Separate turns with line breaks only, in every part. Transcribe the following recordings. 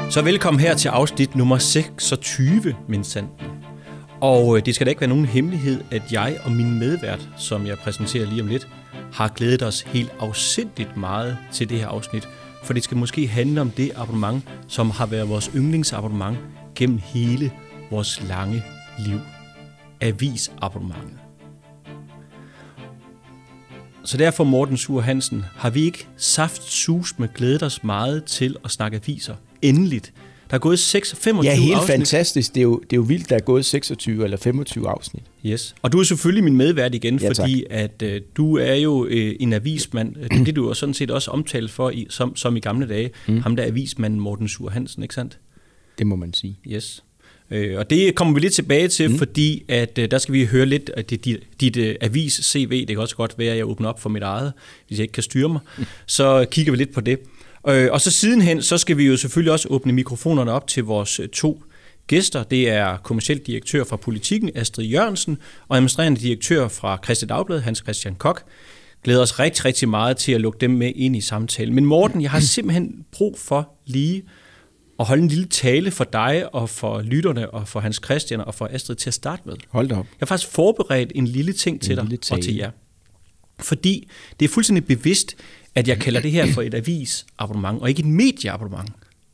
Så velkommen her til afsnit nummer 26, min sand. Og det skal da ikke være nogen hemmelighed, at jeg og min medvært, som jeg præsenterer lige om lidt, har glædet os helt afsindigt meget til det her afsnit. For det skal måske handle om det abonnement, som har været vores yndlingsabonnement gennem hele vores lange liv. Avisabonnementet. Så derfor, Morten Suhr Hansen, har vi ikke saftsus med glædet os meget til at snakke aviser. Endeligt. Der er gået 25 afsnit.
Ja, helt fantastisk. Det er jo vildt, der er gået 26 eller 25 afsnit.
Yes. Og du er selvfølgelig min medvært igen,
ja,
fordi at du er jo en avismand. Det du er sådan set også omtalt for, som i gamle dage. Ham der avismanden Morten Suhr Hansen, ikke sandt?
Det må man sige.
Yes. Og det kommer vi lidt tilbage til, fordi at der skal vi høre lidt af dit avis-CV. Det kan også godt være, at jeg åbner op for mit eget, hvis jeg ikke kan styre mig. Så kigger vi lidt på det. Og så sidenhen, så skal vi jo selvfølgelig også åbne mikrofonerne op til vores to gæster. Det er kommerciel direktør fra Politikken, Astrid Jørgensen, og administrerende direktør fra Kristeligt Dagblad, Hans Christian Koch. Glæder os rigtig, rigtig meget til at lukke dem med ind i samtalen. Men Morten, jeg har simpelthen brug for lige at holde en lille tale for dig og for lytterne og for Hans Christian og for Astrid til at starte med.
Hold da op.
Jeg har faktisk forberedt en lille ting til dig og til jer. Fordi det er fuldstændig bevidst, at jeg kalder det her for et avisabonnement, og ikke et medieabonnement.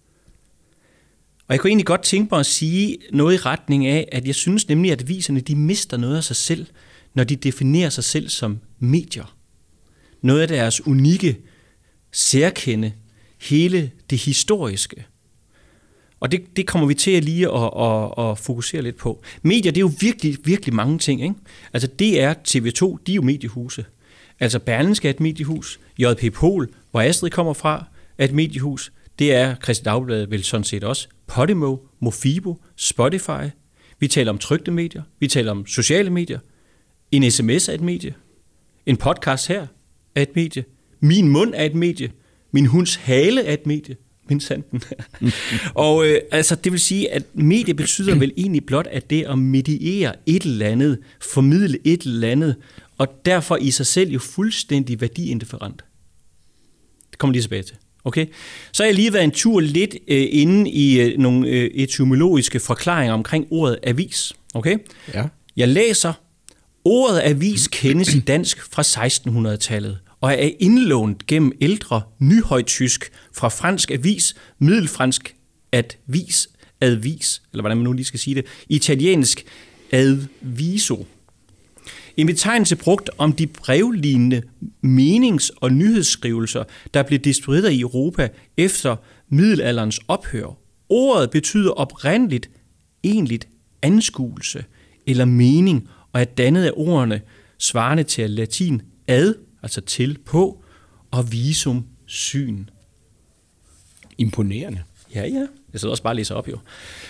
Og jeg kunne egentlig godt tænke mig at sige noget i retning af, at jeg synes nemlig, at aviserne de mister noget af sig selv, når de definerer sig selv som medier. Noget af deres unikke særkende, hele det historiske. Og det kommer vi til lige at fokusere lidt på. Medier, det er jo virkelig, virkelig mange ting, ikke? Altså DR, TV2, de er jo mediehuse. Altså Berlingske er et mediehus, J.P. Pol, hvor Astrid kommer fra, er et mediehus. Det er Kristeligt Dagblad vel sådan set også. Podimo, Mofibo, Spotify. Vi taler om trykte medier, vi taler om sociale medier. En sms er et medie. En podcast her er et medie. Min mund er et medie. Min hunds hale er et medie. Min sanden. Og altså, det vil sige, at medie betyder vel egentlig blot, at det at mediere et eller andet, formidle et eller andet, og derfor i sig selv jo fuldstændig værdiindifferent. Det kommer lige tilbage til. Okay? Så har jeg lige været en tur lidt inde i nogle etymologiske forklaringer omkring ordet avis. Okay?
Ja.
Jeg læser, ordet avis kendes i dansk fra 1600-tallet, og er indlånt gennem ældre nyhøjtysk fra fransk avis, middelfransk advis, eller hvordan man nu lige skal sige det, italiensk adviso. En betegnelse brugt om de brevlignende menings- og nyhedsskrivelser, der blev distribueret i Europa efter middelalderens ophør. Ordet betyder oprindeligt, egentligt anskuelse eller mening, og er dannet af ordene svarende til latin ad, altså til, på, og visum, syn.
Imponerende.
Ja. Jeg sidder også bare og læser op, jo.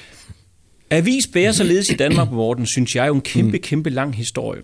Avis bærer således i Danmark, Morten, synes jeg, jo en kæmpe lang historie.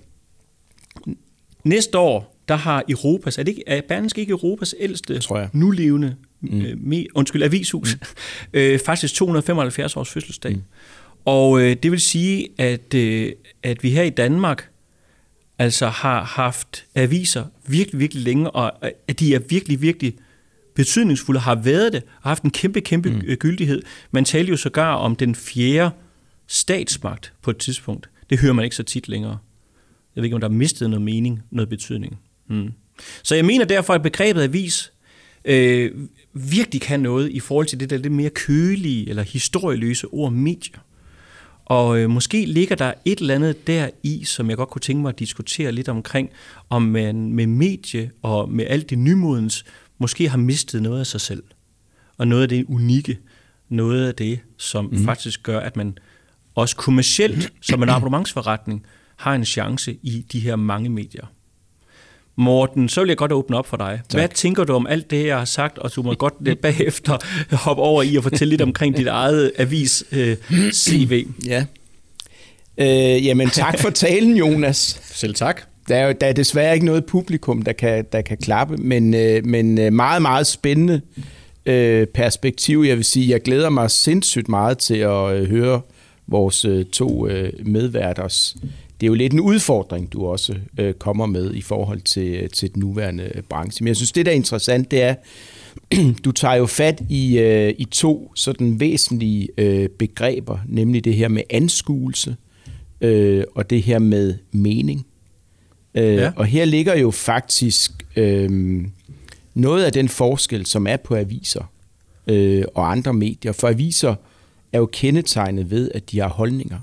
Næste år, der har Europas, er Berlingske ikke Europas ældste nulevende avishus, faktisk 275 års fødselsdag. Og det vil sige, at vi her i Danmark altså har haft aviser virkelig, virkelig længe, og at de er virkelig, virkelig betydningsfulde, har været det, har haft en kæmpe gyldighed. Man taler jo sågar om den 4. statsmagt på et tidspunkt. Det hører man ikke så tit længere. Jeg ved ikke, om der er mistet noget mening, noget betydning. Så jeg mener derfor, at begrebet avis virkelig kan noget i forhold til det der lidt mere kølige eller historieløse ord medier. Og måske ligger der et eller andet der i, som jeg godt kunne tænke mig at diskutere lidt omkring, om man med medie og med alt det nymodens måske har mistet noget af sig selv. Og noget af det unikke, noget af det, som faktisk gør, at man også kommercielt, som en abonnementsforretning, har en chance i de her mange medier. Morten, så vil jeg godt åbne op for dig. Tak. Hvad tænker du om alt det, jeg har sagt, og du må godt lidt bagefter hoppe over i og fortælle lidt omkring dit eget avis-CV.
Ja. Jamen tak for talen, Jonas.
Selv tak.
Der er desværre ikke noget publikum, der kan klappe, men meget, meget spændende perspektiv. Jeg vil sige, jeg glæder mig sindssygt meget til at høre vores to medværters er jo lidt en udfordring, du også kommer med i forhold til den nuværende branche. Men jeg synes, det der er interessant, det er, du tager jo fat i to sådan væsentlige begreber, nemlig det her med anskuelse og det her med mening. Og her ligger jo faktisk noget af den forskel, som er på aviser og andre medier. For aviser er jo kendetegnet ved, at de har holdninger,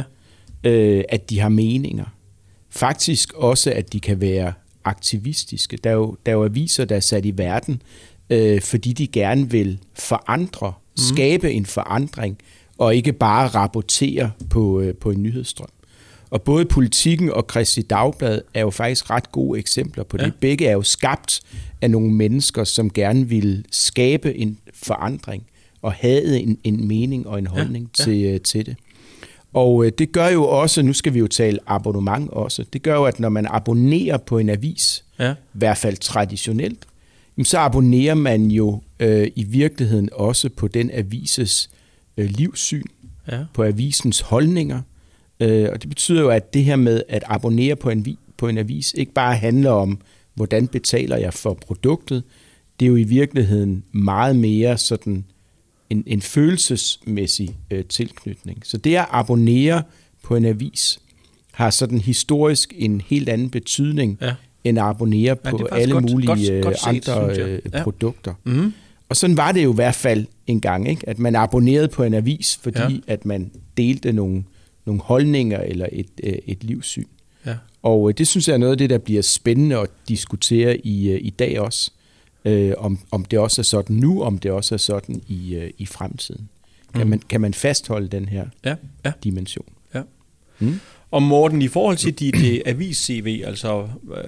at de har meninger. Faktisk også, at de kan være aktivistiske. Der er jo aviser, der er sat i verden, fordi de gerne vil forandre, skabe en forandring, og ikke bare rapportere på en nyhedsstrøm. Og både Politikken og Kristeligt Dagblad er jo faktisk ret gode eksempler på det. Ja. Begge er jo skabt af nogle mennesker, som gerne vil skabe en forandring, og have en mening og en holdning til det. Og det gør jo også, nu skal vi jo tale abonnement også, det gør jo, at når man abonnerer på en avis, i hvert fald traditionelt, så abonnerer man jo i virkeligheden også på den avises livssyn, på avisens holdninger. Og det betyder jo, at det her med at abonnere på en avis ikke bare handler om, hvordan betaler jeg for produktet. Det er jo i virkeligheden meget mere sådan en følelsesmæssig tilknytning. Så det at abonnere på en avis har sådan historisk en helt anden betydning end at abonnere på alle mulige andre produkter. Mm-hmm. Og sådan var det jo i hvert fald en gang, ikke? At man abonnerede på en avis, fordi at man delte nogle holdninger eller et livssyn. Ja. Og det synes jeg er noget af det, der bliver spændende at diskutere i dag også. Om det også er sådan nu, om det også er sådan i fremtiden. Kan man fastholde den her dimension? Ja.
Og Morten, i forhold til dit avis-CV, altså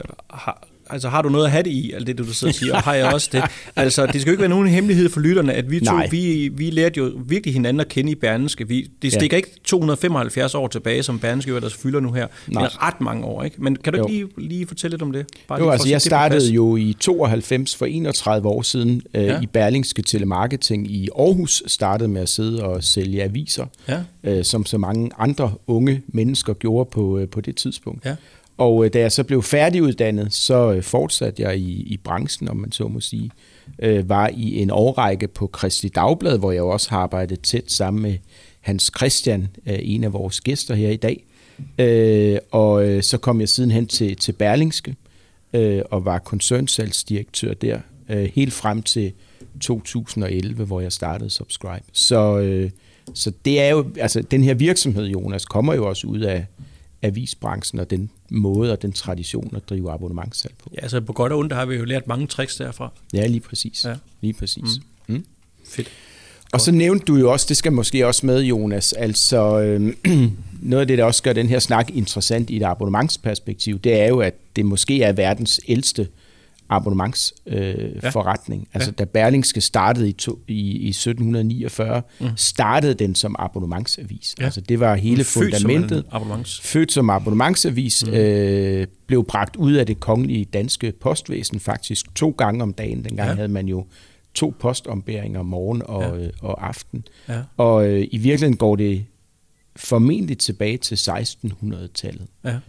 har du noget at have det i, alt det, du sidder og siger, og har jeg også det. Altså, det skal jo ikke være nogen hemmelighed for lytterne, at vi to, vi lærte jo virkelig hinanden at kende i Berlingske. Det stikker ikke 275 år tilbage, som Berlingske jo ellers fylder nu her. Det er ret mange år, ikke? Men kan du ikke lige fortælle lidt om det?
Jeg startede jo i 92 for 31 år siden i Berlingske Telemarketing i Aarhus, startede med at sidde og sælge aviser, som så mange andre unge mennesker gjorde på det tidspunkt. Ja. Og da jeg så blev færdiguddannet, så fortsatte jeg i branchen, om man så må sige. Var i en årrække på Kristeligt Dagblad, hvor jeg også har arbejdet tæt sammen med Hans Christian, en af vores gæster her i dag. Og så kom jeg sidenhen til Berlingske og var koncernsalgsdirektør der, helt frem til 2011, hvor jeg startede Subscribe. Så det er jo, altså den her virksomhed, Jonas, kommer jo også ud af avisbranchen og den måde og den tradition at drive abonnementssalg på.
Ja, altså på godt og ondt har vi jo lært mange tricks derfra.
Ja, lige præcis. Ja. Lige præcis. Fedt. Og så nævnte du jo også, det skal måske også med, Jonas, altså noget af det, der også gør den her snak interessant i et abonnementsperspektiv, det er jo, at det måske er verdens ældste abonnementsforretning. Altså da Berlingske startede i 1749, startede den som abonnementsavis. Ja. Altså det var hele fundamentet. Født som abonnementsavis, blev bragt ud af det kongelige danske postvæsen faktisk 2 gange om dagen. Dengang havde man jo 2 postombæringer morgen og aften. Ja. Og i virkeligheden går det formentlig tilbage til 1600-tallet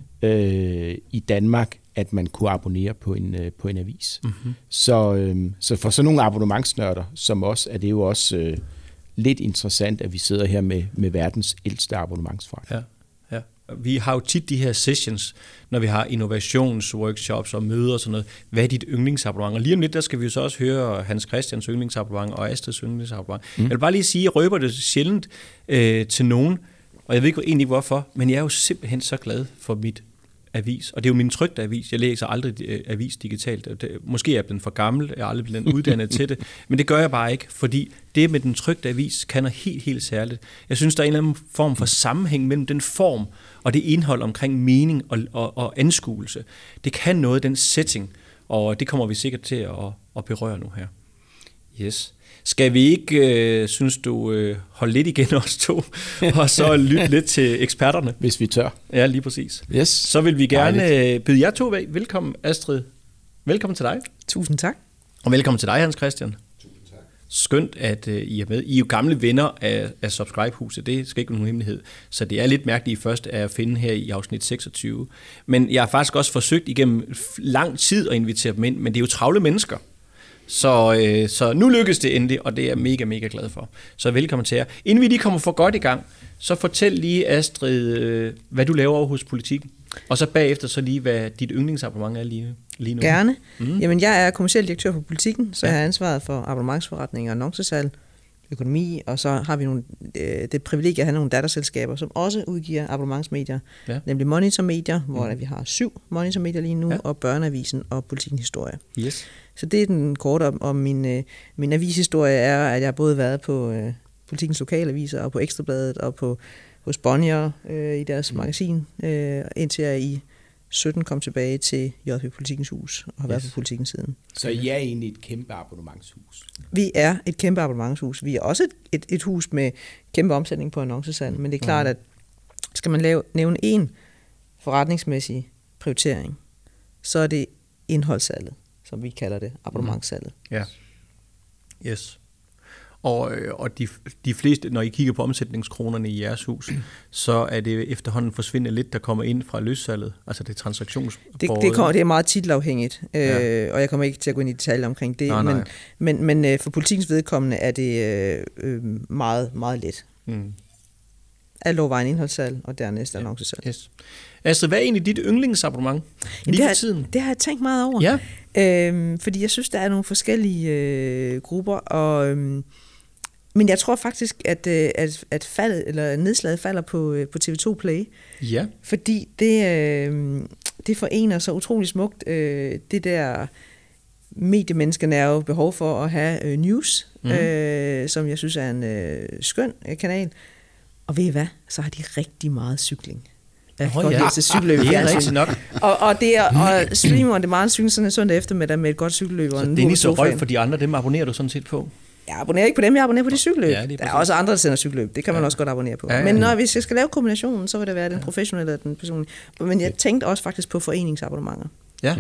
i Danmark, at man kunne abonnere på en avis. Mm-hmm. Så for sådan nogle abonnementsnørder som os, er det jo også lidt interessant, at vi sidder her med verdens ældste abonnementsforretning.
Ja. Vi har jo tit de her sessions, når vi har innovationsworkshops og møder og sådan noget. Hvad er dit yndlingsabonnement? Og lige om lidt, der skal vi jo så også høre Hans Christians yndlingsabonnement og Astrids yndlingsabonnement. Jeg vil bare lige sige, at jeg røber det sjældent til nogen, og jeg ved egentlig ikke hvorfor, men jeg er jo simpelthen så glad for mit avis, og det er jo min trykte avis. Jeg læser aldrig avis digitalt. Måske er jeg blevet for gammel, jeg er aldrig blevet uddannet til det, men det gør jeg bare ikke, fordi det med den trykte avis kan noget helt, helt særligt. Jeg synes, der er en eller anden form for sammenhæng mellem den form og det indhold omkring mening og anskuelse. Det kan noget, den setting, og det kommer vi sikkert til at berøre nu her. Yes. Skal vi ikke, synes du, holde lidt igen os to, og så lytte lidt til eksperterne?
Hvis vi tør.
Ja, lige præcis.
Yes.
Så vil vi gerne byde jer to velkommen, Astrid. Velkommen til dig.
Tusind tak.
Og velkommen til dig, Hans Christian.
Tusind tak.
skønt, at I er med. I er jo gamle venner af Subscribe-huset, det skal ikke være nogen hemmelighed. Så det er lidt mærkeligt, I først er at finde her i afsnit 26. Men jeg har faktisk også forsøgt igennem lang tid at invitere dem ind, men det er jo travle mennesker. Så nu lykkes det endelig, og det er jeg mega, mega glad for. Så velkommen til jer. Inden vi lige kommer for godt i gang, så fortæl lige, Astrid, hvad du laver over hos Politikken. Og så bagefter så lige, hvad dit yndlingsabonnement er lige nu.
Gerne. Jamen, jeg er kommerciel direktør for Politikken, så jeg har ansvaret for abonnementsforretninger, annoncesalg, økonomi, og så har vi det privilegie at have nogle datterselskaber, som også udgiver abonnementsmedier, nemlig Monitor-medier, hvor vi har 7 Monitor-medier lige nu, og Børneavisen og Politikken Historie.
Yes.
Så det er den korte om min avishistorie er, at jeg har både været på Politikens lokalaviser og på Ekstrabladet og hos Bonnier i deres magasin, indtil jeg i 17 kom tilbage til JP Politikens Hus og har været på Politikens siden.
Så I er egentlig et kæmpe abonnementshus?
Vi er et kæmpe abonnementshus. Vi er også et hus med kæmpe omsætning på annoncesalg, men det er klart, at skal man nævne en forretningsmæssig prioritering, så er det indholdssalget, som vi kalder det, abonnementssalget.
Ja. Yes. Og de fleste, når I kigger på omsætningskronerne i jeres hus, så er det efterhånden forsvindende lidt, der kommer ind fra løssalget, altså det transaktionsbordet.
Det er meget titelafhængigt, og jeg kommer ikke til at gå ind i detaljer omkring det, nej. Men for Politikens vedkommende er det meget, meget let. Alt overvejende indholdssalg, og dernæst annoncesalg.
Yes. Astrid, hvad er egentlig dit yndlingsabonnement lige for tiden?
Det har jeg tænkt meget over, fordi jeg synes, der er nogle forskellige grupper, men jeg tror faktisk, at faldet, eller nedslaget falder på TV2 Play. Ja. Fordi det forener så utrolig smukt det der mediemenneskerne er jo behov for at have news, som jeg synes er en skøn kanal. Og ved I hvad? Så har de rigtig meget cykling. Jeg kan godt lide til cykelløb.
Det er rigtigt nok.
Og stream on demand cykling sådan en søndag eftermiddag med et godt cykelløb.
Så det er lige så røg for de andre, dem abonnerer du sådan set på?
Jeg abonnerer ikke på dem, jeg abonnerer på de cykelløb. Ja, der er også andre, der sender cykelløb. Det kan man også godt abonnere på. Men hvis jeg skal lave kombinationen, så vil det være den professionelle eller den personlige. Men jeg tænkte også faktisk på foreningsabonnementer. Ja.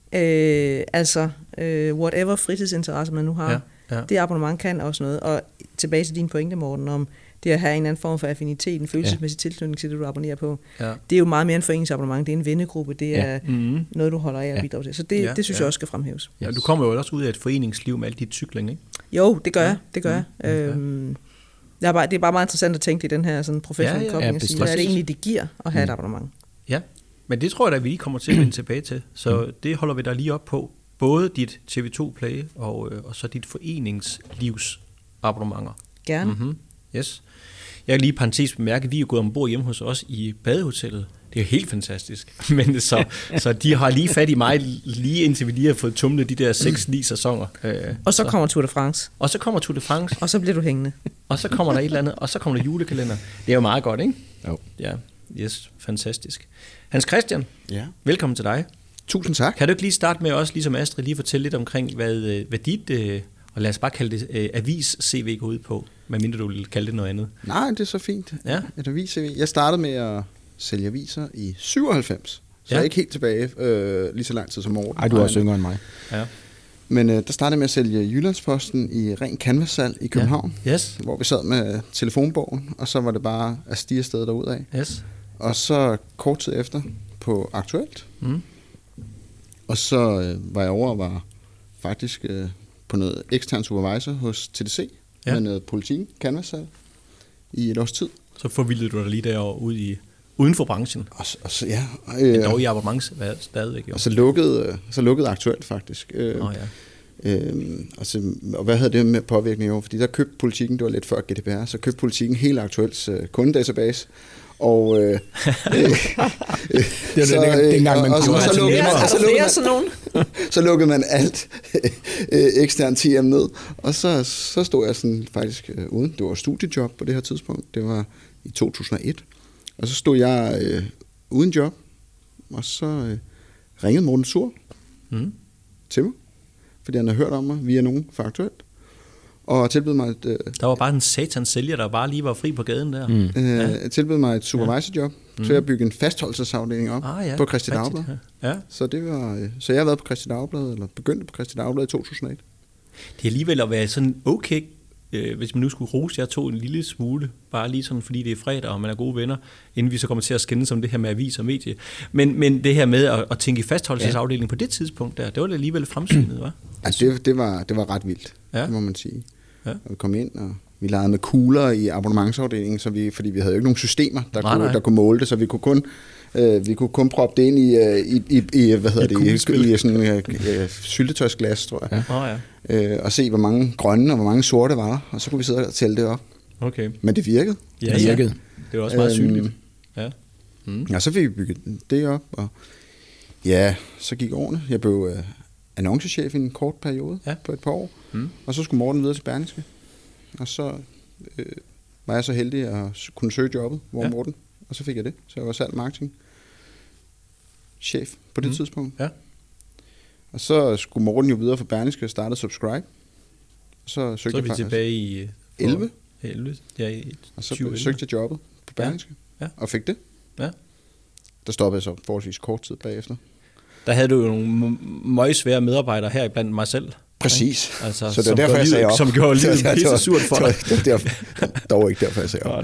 Whatever fritidsinteresser man nu har, det abonnement kan også noget. Og tilbage til din pointe, Morten, om det at have en eller anden form for affinitet, en følelsesmæssig tilknytning til det, du abonnerer på. Ja. Det er jo meget mere en foreningsabonnement. Det er en vennegruppe. Det er noget, du holder af at bidrage til. Så det synes jeg også skal fremhæves.
Ja, du kommer jo også ud af et foreningsliv med alt dit cykling, ikke?
Jo, det gør jeg. Det er bare meget interessant at tænke i den her sådan professionelle kobling. Hvad er det egentlig, det giver at have et abonnement?
Ja, men det tror jeg da, vi lige kommer til at vende tilbage til. Så det holder vi da lige op på. Både dit TV2 Play og så dit foreningslivsabonnementer.
Gerne.
Yes. Jeg kan lige parentes bemærke, at vi er gået ombord hjemme hos os i badehotellet. Det er helt fantastisk. Men så de har lige fat i mig, lige indtil vi lige har fået tumlet de der 6-9 sæsoner.
Og så kommer Tour de France.
Og så kommer Tour de France.
Og så bliver du hængende.
Og så kommer der et eller andet, og så kommer der julekalender. Det er jo meget godt, ikke?
Jo.
Ja, yes, fantastisk. Hans Christian, velkommen til dig.
Tusind tak.
Kan du ikke lige starte med også, ligesom Astrid, lige fortælle lidt omkring, hvad dit, og lad os bare kalde det avis-CV går ud på, medmindre du vil kalde det noget andet.
Nej, det er så fint. Ja. Et avis-CV. Jeg startede med at sælge aviser i 97, så jeg er ikke helt tilbage lige så lang tid som Morten.
Ej, du er også yngre end mig.
Ja. Men der startede jeg med at sælge Jyllandsposten i ren canvas-salg i København, hvor vi sad med telefonbogen, og så var det bare at stige afsted derudad.
Yes.
Og så kort tid efter på Aktuelt. Og så var jeg over og var faktisk på noget ekstern supervisor hos TDC, med noget Politikken, canvas-salg, i et års tid.
Så forvildede du dig lige derovre uden for branchen.
Og så, ja.
Men dog i abonnement stadigvæk. Jo.
Og så lukkede Aktuelt faktisk. Og hvad havde det med påvirkning i år? Fordi der købte Politikken, det var lidt før GDPR, så købte Politikken helt Aktuelts kundedatabase. Og det var dengang man så lukkede man alt ekstern TM ned, og så stod jeg sådan faktisk uden. Det var studiejob på det her tidspunkt. Det var i 2001. Og så stod jeg uden job, og så ringede Morten Sur til mig, fordi han havde hørt om mig via nogen fra Aktuelt, og tilbød mig et...
der var bare en satans sælger, der bare lige var fri på gaden der.
Tilbød mig et supervisorjob, til at bygge en fastholdelsesafdeling op på Kristi Dagblad. Ja. Så jeg har været på Kristi Dagblad, eller begyndte på Kristi Dagblad i 2001.
Det er alligevel at være sådan okay, hvis man nu skulle rose jer to en lille smule, bare lige sådan, fordi det er fredag, og man er gode venner, inden vi så kommer til at skændes om det her med avis og medie. Men det her med at tænke i fastholdelsesafdelingen på det tidspunkt der, det var det alligevel fremsynet, hva'?
Altså, det var ret vildt, det må man sige. Ja. Og vi kom ind, og vi legede med kugler i abonnementsafdelingen, fordi vi havde jo ikke nogen systemer, der kunne måle det, så vi kunne kun proppe det ind i sådan syltetøjsglas, tror jeg. Og se, hvor mange grønne og hvor mange sorte var, og så kunne vi sidde og tælle det op.
Okay.
Men det virkede.
Ja, det virkede. Det var også meget synligt.
Ja, så fik vi bygget det op, og ja, så gik årene. Jeg blev annoncechef i en kort periode på et par år, og så skulle Morten videre til Berlingske. Og så var jeg så heldig at kunne søge jobbet, Morten, og så fik jeg det. Så jeg var salg marketing chef på det tidspunkt. Ja. Og så skulle Morten jo videre fra Berlingske og starte Subscribe. Så søgte jeg faktisk
tilbage i
11.
Ja,
og så søgte jeg jobbet på Berlingske og fik det. Ja. Der stoppede jeg så forholdsvis kort tid bagefter.
Der havde du jo nogle møgsvære medarbejdere her iblandt mig selv.
Præcis.
Altså,
så det var derfor, jeg sagde op.
Som gjorde livet pisse surt for dig.
Det var dog ikke derfor, jeg sagde op.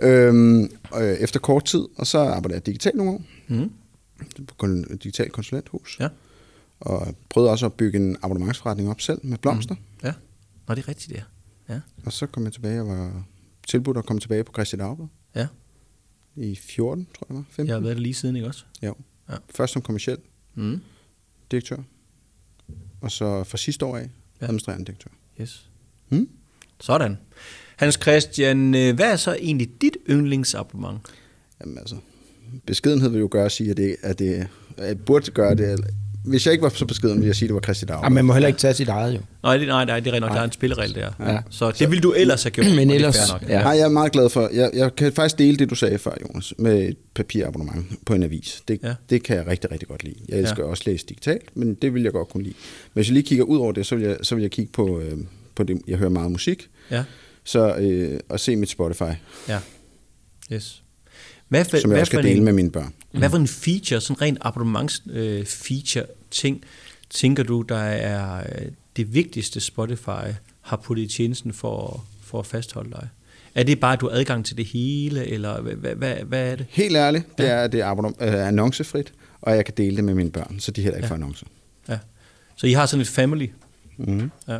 Efter kort tid, og så arbejdede jeg digitalt nogle år. På et digitalt konsulenthus. Ja. Og prøvede også at bygge en abonnementsforretning op selv med blomster.
Ja, det er rigtigt, det. Ja.
Og så kom jeg tilbage og var tilbudt at komme tilbage på Kristeligt Dagblad. Ja. I 14, tror jeg var. 15.
Jeg har været der lige siden, ikke også?
Jo. Ja. Først som kommerciel direktør. Og så fra sidste år af, administrerende direktør.
Yes. Sådan. Hans Christian, hvad er så egentlig dit yndlingsabonnement?
Jamen altså, beskedenhed vil jo gøre at sige, at jeg burde gøre det. Hvis jeg ikke var så beskeden, ville jeg sige, at det var Kristeligt Dagblad.
Ja, man må heller ikke tage sit eget, jo.
Nej, det er rent nok, der er en spilleregel der. Ja. Så det ville du ellers have gjort.
Men ellers,
Nej, jeg er meget glad for. Jeg kan faktisk dele det, du sagde før, Jonas, med et papirabonnement på en avis. Det kan jeg rigtig, rigtig godt lide. Jeg elsker også læse digitalt, men det vil jeg godt kunne lide. Men hvis jeg lige kigger ud over det, så vil jeg kigge på det. Jeg hører meget musik. Ja. Og se mit Spotify. Ja.
Yes.
Som jeg også skal dele med mine børn.
Hvad for en feature, sådan rent abonnements-feature-ting, tænker du, der er det vigtigste Spotify har puttet i tjenesten for at fastholde dig? Er det bare, at du har adgang til det hele, eller hvad er det?
Helt ærligt, det er annoncefrit, og jeg kan dele det med mine børn, så de heller ikke får annoncer. Ja.
Så I har sådan et family? Mm-hmm. Ja.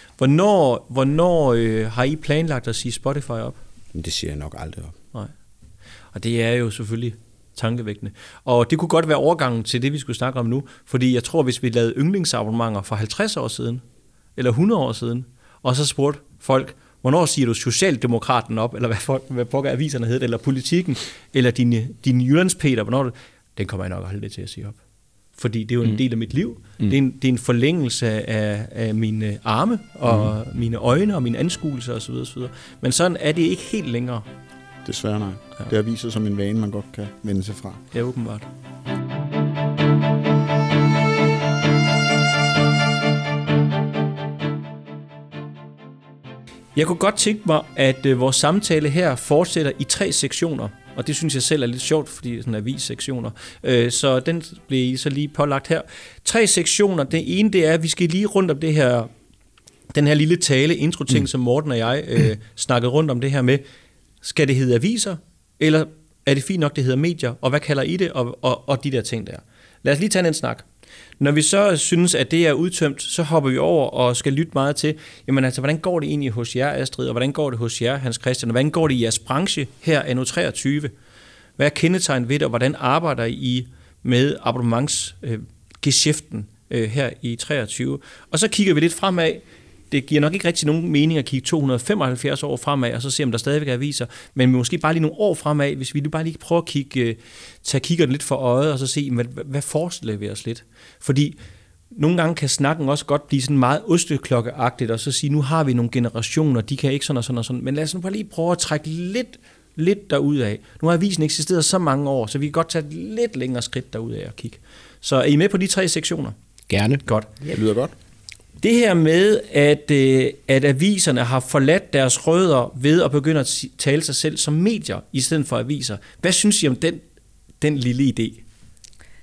Hvornår har I planlagt at sige Spotify op?
Det siger jeg nok aldrig op.
Nej. Og det er jo selvfølgelig tankevækkende. Og det kunne godt være overgangen til det, vi skulle snakke om nu, fordi jeg tror, hvis vi lavede yndlingsabonnementer for 50 år siden, eller 100 år siden, og så spurgte folk, hvornår siger du Socialdemokraten op, eller hvad pokker aviserne hedder, eller Politikken, eller din Jyllandspeter, hvornår den kommer jeg nok aldrig til at sige op. Fordi det er jo en del af mit liv. Det er en forlængelse af mine arme, og mine øjne, og mine anskuelser osv. osv. Men sådan er det ikke helt længere.
Desværre nej. Ja. Det er aviser som en vane, man godt kan vende sig fra.
Ja, åbenbart. Jeg kunne godt tænke mig, at vores samtale her fortsætter i 3 sektioner. Og det synes jeg selv er lidt sjovt, fordi det er sådan avis-sektioner. Så den bliver I så lige pålagt her. 3 sektioner. Det ene, det er, at vi skal lige rundt om det her, den her lille tale, intro-ting, som Morten og jeg snakkede rundt om det her med. Skal det hedde aviser, eller er det fint nok, det hedder medier? Og hvad kalder I det, og de der ting der? Lad os lige tage en snak. Når vi så synes, at det er udtømt, så hopper vi over og skal lytte meget til, jamen altså, hvordan går det egentlig hos jer, Astrid, og hvordan går det hos jer, Hans Christian, og hvordan går det i jeres branche her anno 23? Hvad er kendetegn ved det, og hvordan arbejder I med abonnementsgeschæften her i 23? Og så kigger vi lidt fremad. Det giver nok ikke rigtig nogen mening at kigge 275 år fremad, og så se, om der stadigvæk er aviser, men måske bare lige nogle år fremad, hvis vi bare lige prøver at tage kiggeren lidt for øjet, og så se, hvad forestiller vi os lidt? Fordi nogle gange kan snakken også godt blive sådan meget osteklokkeagtigt, og så sige, nu har vi nogle generationer, de kan ikke sådan og sådan og sådan, men lad os nu bare lige prøve at trække lidt derudad. Nu har avisen eksisteret så mange år, så vi kan godt tage et lidt længere skridt derudad og kigge. Så er I med på de 3 sektioner?
Gerne.
Godt.
Det lyder godt.
Det her med, at aviserne har forladt deres rødder ved at begynde at tale sig selv som medier, i stedet for aviser. Hvad synes I om den lille idé?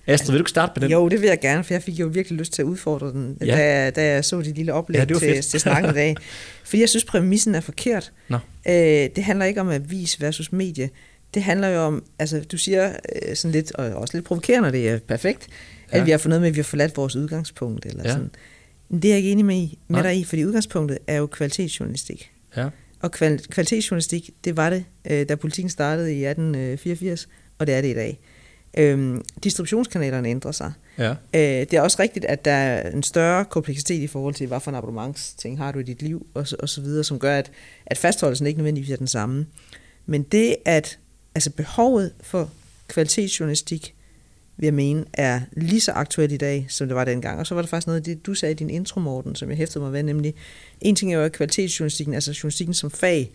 Astrid, vil du ikke starte på den?
Jo, det vil jeg gerne, for jeg fik jo virkelig lyst til at udfordre den, da jeg så dit lille oplæg til snakken i dag. Fordi jeg synes, præmissen er forkert. Det handler ikke om avis versus medie. Det handler jo om, altså du siger sådan lidt, og også lidt provokerende, det er perfekt, at vi har fundet med, at vi har forladt vores udgangspunkt. Eller sådan. Det er jeg ikke enig med dig i, fordi udgangspunktet er jo kvalitetsjournalistik. Ja. Og kvalitetsjournalistik, det var det, da Politikken startede i 1884, og det er det i dag. Distributionskanalerne ændrer sig. Ja. Det er også rigtigt, at der er en større kompleksitet i forhold til, hvad for en abonnementsting har du i dit liv, og så videre, som gør, at fastholdelsen ikke nødvendigvis er den samme. Men det, at altså behovet for kvalitetsjournalistik, vil jeg mene, er lige så aktuelt i dag, som det var dengang. Og så var der faktisk noget af det, du sagde i din intro, Morten, som jeg hæftede mig ved, nemlig, en ting er jo kvalitetsjournalistikken, altså journalistikken som fag,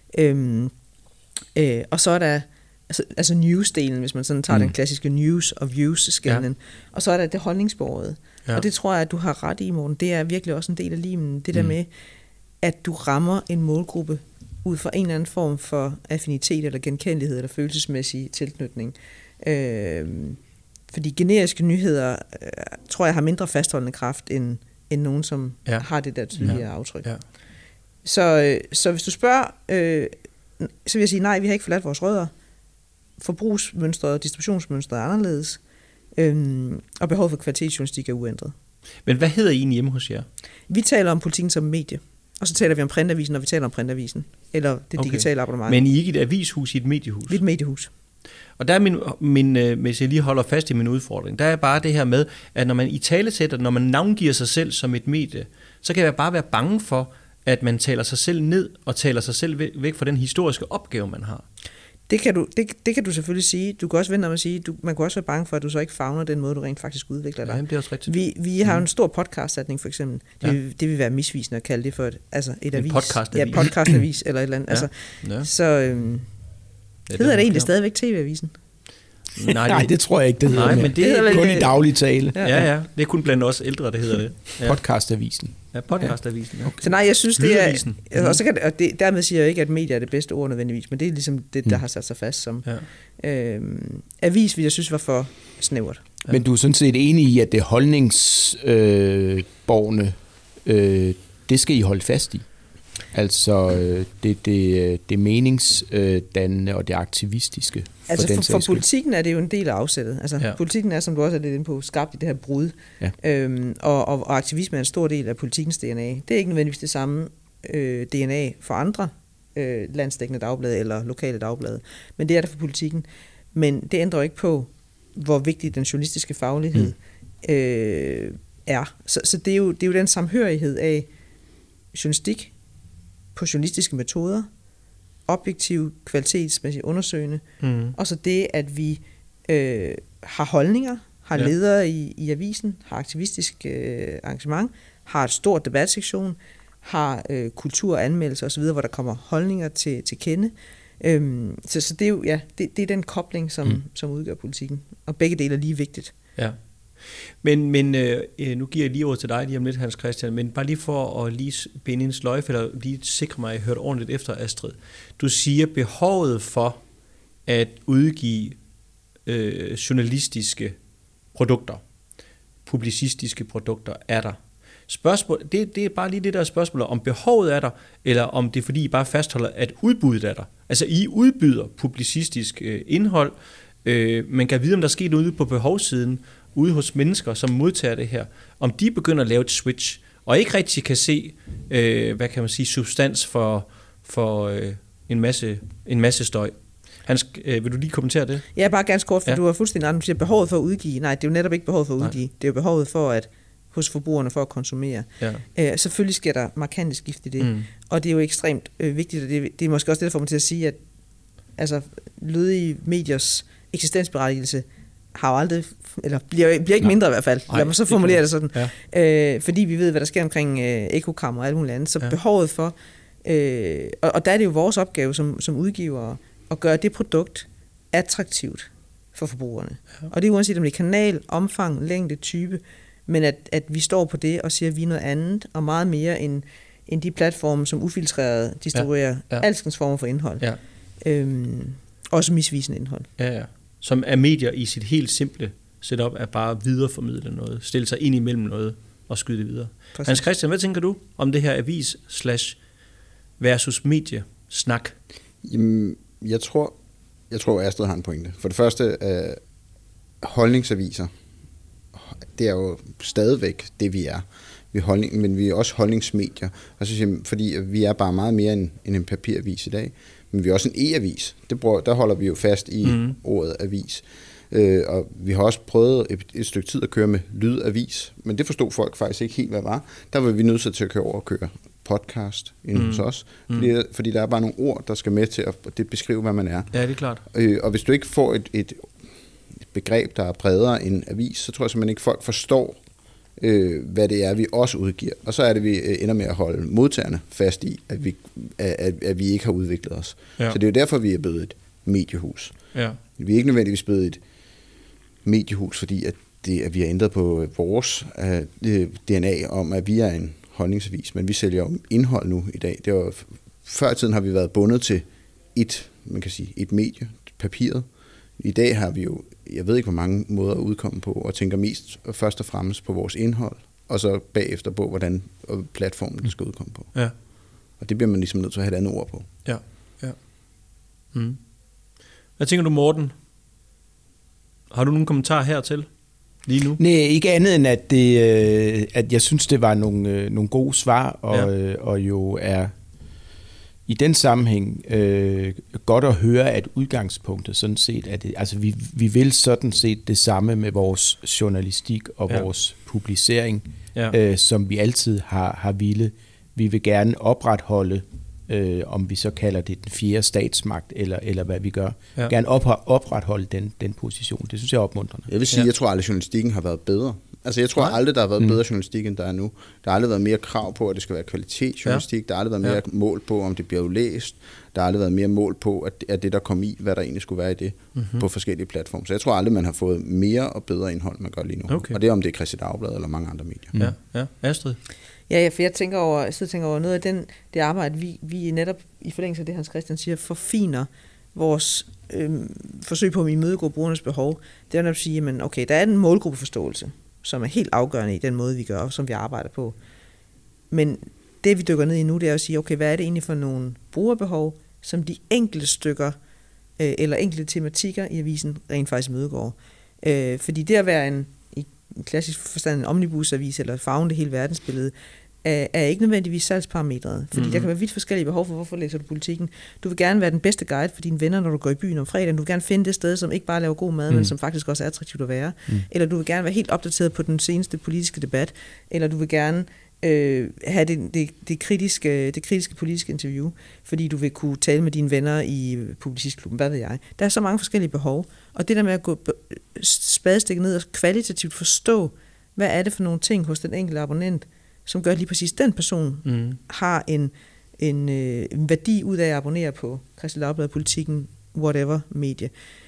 og så er der altså news-delen, hvis man sådan tager den klassiske news og views-skælden, og så er der det holdningsbordet. Ja. Og det tror jeg, at du har ret i, Morten. Det er virkelig også en del af limen. Det der med, at du rammer en målgruppe ud fra en eller anden form for affinitet eller genkendelighed eller følelsesmæssig tilknytning. Fordi generiske nyheder, tror jeg, har mindre fastholdende kraft end nogen, som har det der tydelige aftryk. Ja. Så hvis du spørger, så vil jeg sige, nej, vi har ikke forladt vores rødder. Forbrugsmønstret og distributionsmønstret er anderledes, og behovet for kvalitetsjournalistik er uændret.
Men hvad hedder I egentlig hjemme hos jer?
Vi taler om Politikken som medie, og så taler vi om printavisen, når vi taler om printavisen, eller det digitale abonnement.
Men I er ikke et avishus, I et mediehus?
Vi er et mediehus.
Og der er hvis jeg lige holder fast i min udfordring, der er bare det her med, at når man i talesætter, når man navngiver sig selv som et medie, så kan jeg bare være bange for, at man taler sig selv ned og taler sig selv væk fra den historiske opgave, man har.
Det kan du selvfølgelig sige. Du kan også vente om at sige, man kan også være bange for, at du så ikke favner den måde, du rent faktisk udvikler dig.
Ja, det er også rigtigt.
Vi har en stor podcastsætning for eksempel. Det vil være misvisende at kalde det for et avis.
Podcastavis.
Ja, podcastavis eller et eller andet. Så hedder det egentlig stadigvæk TV-avisen?
Nej, det tror jeg ikke, det hedder.
Nej, men det
er kun i daglig tale.
Ja. Det er kun blandt os ældre, det hedder det.
Ja. Podcastavisen.
Ja, podcastavisen. Ja.
Okay. Så nej, jeg synes, det er... Og så kan dermed siger jeg ikke, at medier er det bedste ord nødvendigvis, men det er ligesom det, der har sat sig fast som avis, jeg synes var for snævert.
Ja. Men du er sådan set enig i, at det holdningsborgerne, det skal I holde fast i? Altså det meningsdannende og det aktivistiske.
Altså for politikken er det jo en del af afsættet. Altså politikken er, som du også er lidt inde på, skabt i det her brud. Ja. Og aktivisme er en stor del af politikkens DNA. Det er ikke nødvendigvis det samme DNA for andre landsdækkende dagblade eller lokale dagblade. Men det er der for politikken. Men det ændrer ikke på, hvor vigtig den journalistiske faglighed er. Så det er jo den samhørighed af journalistik på journalistiske metoder, objektiv, kvalitetsmæssigt undersøgende, og så det, at vi har holdninger, har ledere i avisen, har aktivistisk arrangement, har et stort debatsektion, har kultur og anmeldelser osv., hvor der kommer holdninger til kende. Så det er jo det er den kobling, som udgør politikken, og begge dele er lige vigtigt.
Ja. Men nu giver jeg lige ord til dig lige om lidt, Hans Christian, men bare lige for at lige binde en sløjfe, eller lige sikre mig, at jeg hørte ordentligt efter, Astrid. Du siger, behovet for at udgive journalistiske produkter, publicistiske produkter, er der. Spørgsmål, det er bare lige det der spørgsmål, om behovet er der, eller om det er fordi, I bare fastholder, at udbuddet er der. Altså, I udbyder publicistisk indhold, man kan vide, om der sker noget ude på behovssiden, ude hos mennesker, som modtager det her, om de begynder at lave et switch, og ikke rigtig kan se, hvad kan man sige, substans for en masse støj. Hans, vil du lige kommentere det?
Ja, bare ganske kort, for du har fuldstændig ret. Du siger behovet for at udgive. Nej, det er jo netop ikke behovet for at udgive. Det er jo behovet for at hos forbrugerne for at konsumere. Ja. Selvfølgelig sker der markante skift i det, og det er jo ekstremt vigtigt, og det er måske også det, der får mig til at sige, at altså, lødige mediers eksistensberettigelse har jo aldrig, eller bliver ikke mindre i hvert fald. Lad mig så formulere det sådan. Ja. Fordi vi ved, hvad der sker omkring ekokammer og alt muligt andet. Så behovet for, og der er det jo vores opgave som udgivere, at gøre det produkt attraktivt for forbrugerne. Ja. Og det er uanset om det er kanal, omfang, længde, type, men at vi står på det og siger, at vi er noget andet, og meget mere end de platforme, som ufiltreret distribuerer alskens former for indhold. Ja. Også misvisende indhold.
Ja. Som er medier i sit helt simple setup er bare at videreformidle noget, stille sig ind imellem noget og skyde det videre.
Præcis.
Hans Christian, hvad tænker du om det her avis / versus mediesnak?
Jamen, jeg tror, Astrid har en pointe. For det første, holdningsaviser, det er jo stadigvæk det, vi er. Men vi er også holdningsmedier. Altså, fordi vi er bare meget mere end en papiravis i dag. Men vi er også en e-avis. Der holder vi jo fast i ordet avis. Og vi har også prøvet et stykke tid at køre med lydavis, men det forstod folk faktisk ikke helt, hvad var. Der var vi nødt til at køre over og køre podcast inde hos os, fordi der er bare nogle ord, der skal med til at beskrive, hvad man er.
Ja, det er klart.
Og hvis du ikke får et begreb, der er bredere end avis, så tror jeg simpelthen ikke, folk forstår, hvad det er, vi også udgiver. Og så er det, vi ender med at holde modtagerne fast i, at vi ikke har udviklet os. Ja. Så det er jo derfor, vi er blevet et mediehus. Ja. Vi er ikke nødvendigvis blevet et mediehus, fordi at vi har ændret på vores DNA om, at vi er en holdningsavis, men vi sælger jo indhold nu i dag. Det var, før i tiden har vi været bundet til et medie, papiret. I dag har vi jo, jeg ved ikke hvor mange måder at udkomme på, og tænker først og fremmest på vores indhold, og så bagefter på, hvordan platformen skal udkomme på. Ja. Og det bliver man ligesom nødt til at have et andet ord på.
Ja, ja. Mm. Hvad tænker du, Morten? Har du nogle kommentarer hertil lige nu?
Nej, ikke andet end, at jeg synes, det var nogle gode svar, og jo er i den sammenhæng godt at høre, at udgangspunktet sådan set er det. Altså vi vil sådan set det samme med vores journalistik og vores publicering, som vi altid har ville. Vi vil gerne opretholde, om vi så kalder det den fjerde statsmagt, eller hvad vi gør. Gerne opretholde den position. Det synes jeg er opmuntrende.
Jeg vil sige, jeg tror aldrig, journalistikken har været bedre. Altså jeg tror aldrig, der har været bedre journalistik, end der er nu. Der har aldrig været mere krav på, at det skal være kvalitetsjournalistik. Der har aldrig været mere mål på, om det bliver læst. Der har aldrig været mere mål på, at det der kom i, hvad der egentlig skulle være i det, på forskellige platforme. Så jeg tror aldrig, man har fået mere og bedre indhold, man gør lige nu. Okay. Og det er, om det er Kristeligt Dagblad eller mange andre medier.
Ja. Astrid?
Ja, for jeg tænker over noget af det arbejde, vi netop i forlængelse af det, Hans Christian siger, forfiner vores forsøg på at imødegå brugernes behov. Det er netop at sige, at okay, der er en målgruppeforståelse, som er helt afgørende i den måde, vi gør, som vi arbejder på. Men det, vi dykker ned i nu, det er at sige, okay, hvad er det egentlig for nogle brugerbehov, som de enkelte stykker eller enkelte tematikker i avisen rent faktisk imødegår. Fordi det at være i klassisk forstand en omnibusavis eller favne det hele verdensbillede, er ikke nødvendigvis salgsparametret. Fordi der kan være vidt forskellige behov for, hvorfor læser du Politikken. Du vil gerne være den bedste guide for dine venner, når du går i byen om fredagen. Du vil gerne finde det sted, som ikke bare laver god mad, men som faktisk også er attraktivt at være. Eller du vil gerne være helt opdateret på den seneste politiske debat. Eller du vil gerne have det kritiske politiske interview, fordi du vil kunne tale med dine venner i Publicistklubben, hvad ved jeg. Der er så mange forskellige behov. Og det der med at gå spadestikket ned og kvalitativt forstå, hvad er det for nogle ting hos den enkelte abonnent, som gør, at lige præcis den person har en værdi ud af at abonnere på Kristeligt Dagblad, Politikken, whatever medie.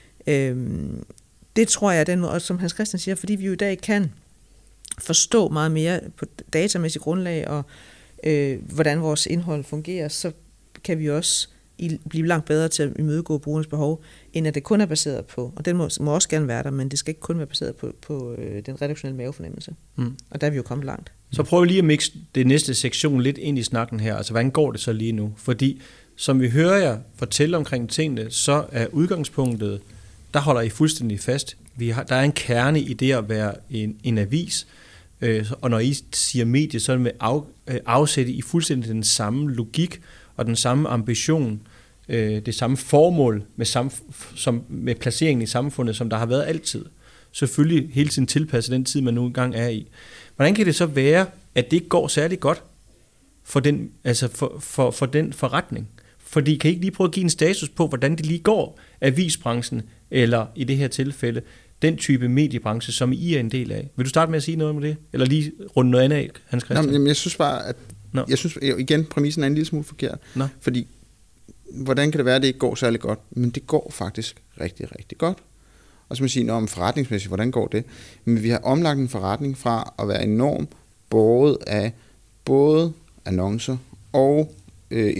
Det tror jeg er den måde, og som Hans Christian siger, fordi vi jo i dag kan forstå meget mere på datamæssigt grundlag og hvordan vores indhold fungerer, så kan vi også blive langt bedre til at imødegå brugernes behov, end at det kun er baseret på, og den må også gerne være der, men det skal ikke kun være baseret på den redaktionelle mavefornemmelse. Og der er vi jo kommet langt.
Så prøv lige at mixe det næste sektion lidt ind i snakken her. Altså, hvordan går det så lige nu? Fordi, som vi hører jer fortælle omkring tingene, så er udgangspunktet, der holder I fuldstændig fast. Der er en kerne i det at være en avis, og når I siger medie, så er det med afsætte i fuldstændig den samme logik og den samme ambition, det samme formål med placeringen i samfundet, som der har været altid. Selvfølgelig hele tiden tilpasset den tid, man nu engang er i. Hvordan kan det så være, at det ikke går særlig godt for den, altså for den forretning? Fordi kan I ikke lige prøve at give en status på, hvordan det lige går avisbranchen, eller i det her tilfælde, den type mediebranche, som I er en del af? Vil du starte med at sige noget om det? Eller lige runde noget andet af, Hans Christian?
Jamen, jeg synes bare, at jeg synes igen, præmissen er en lille smule forkert. Fordi, hvordan kan det være, at det ikke går særlig godt? Men det går faktisk rigtig, rigtig godt. Og så må man sige, om forretningsmæssigt, hvordan går det? Men vi har omlagt en forretning fra at være enormt båret af både annoncer og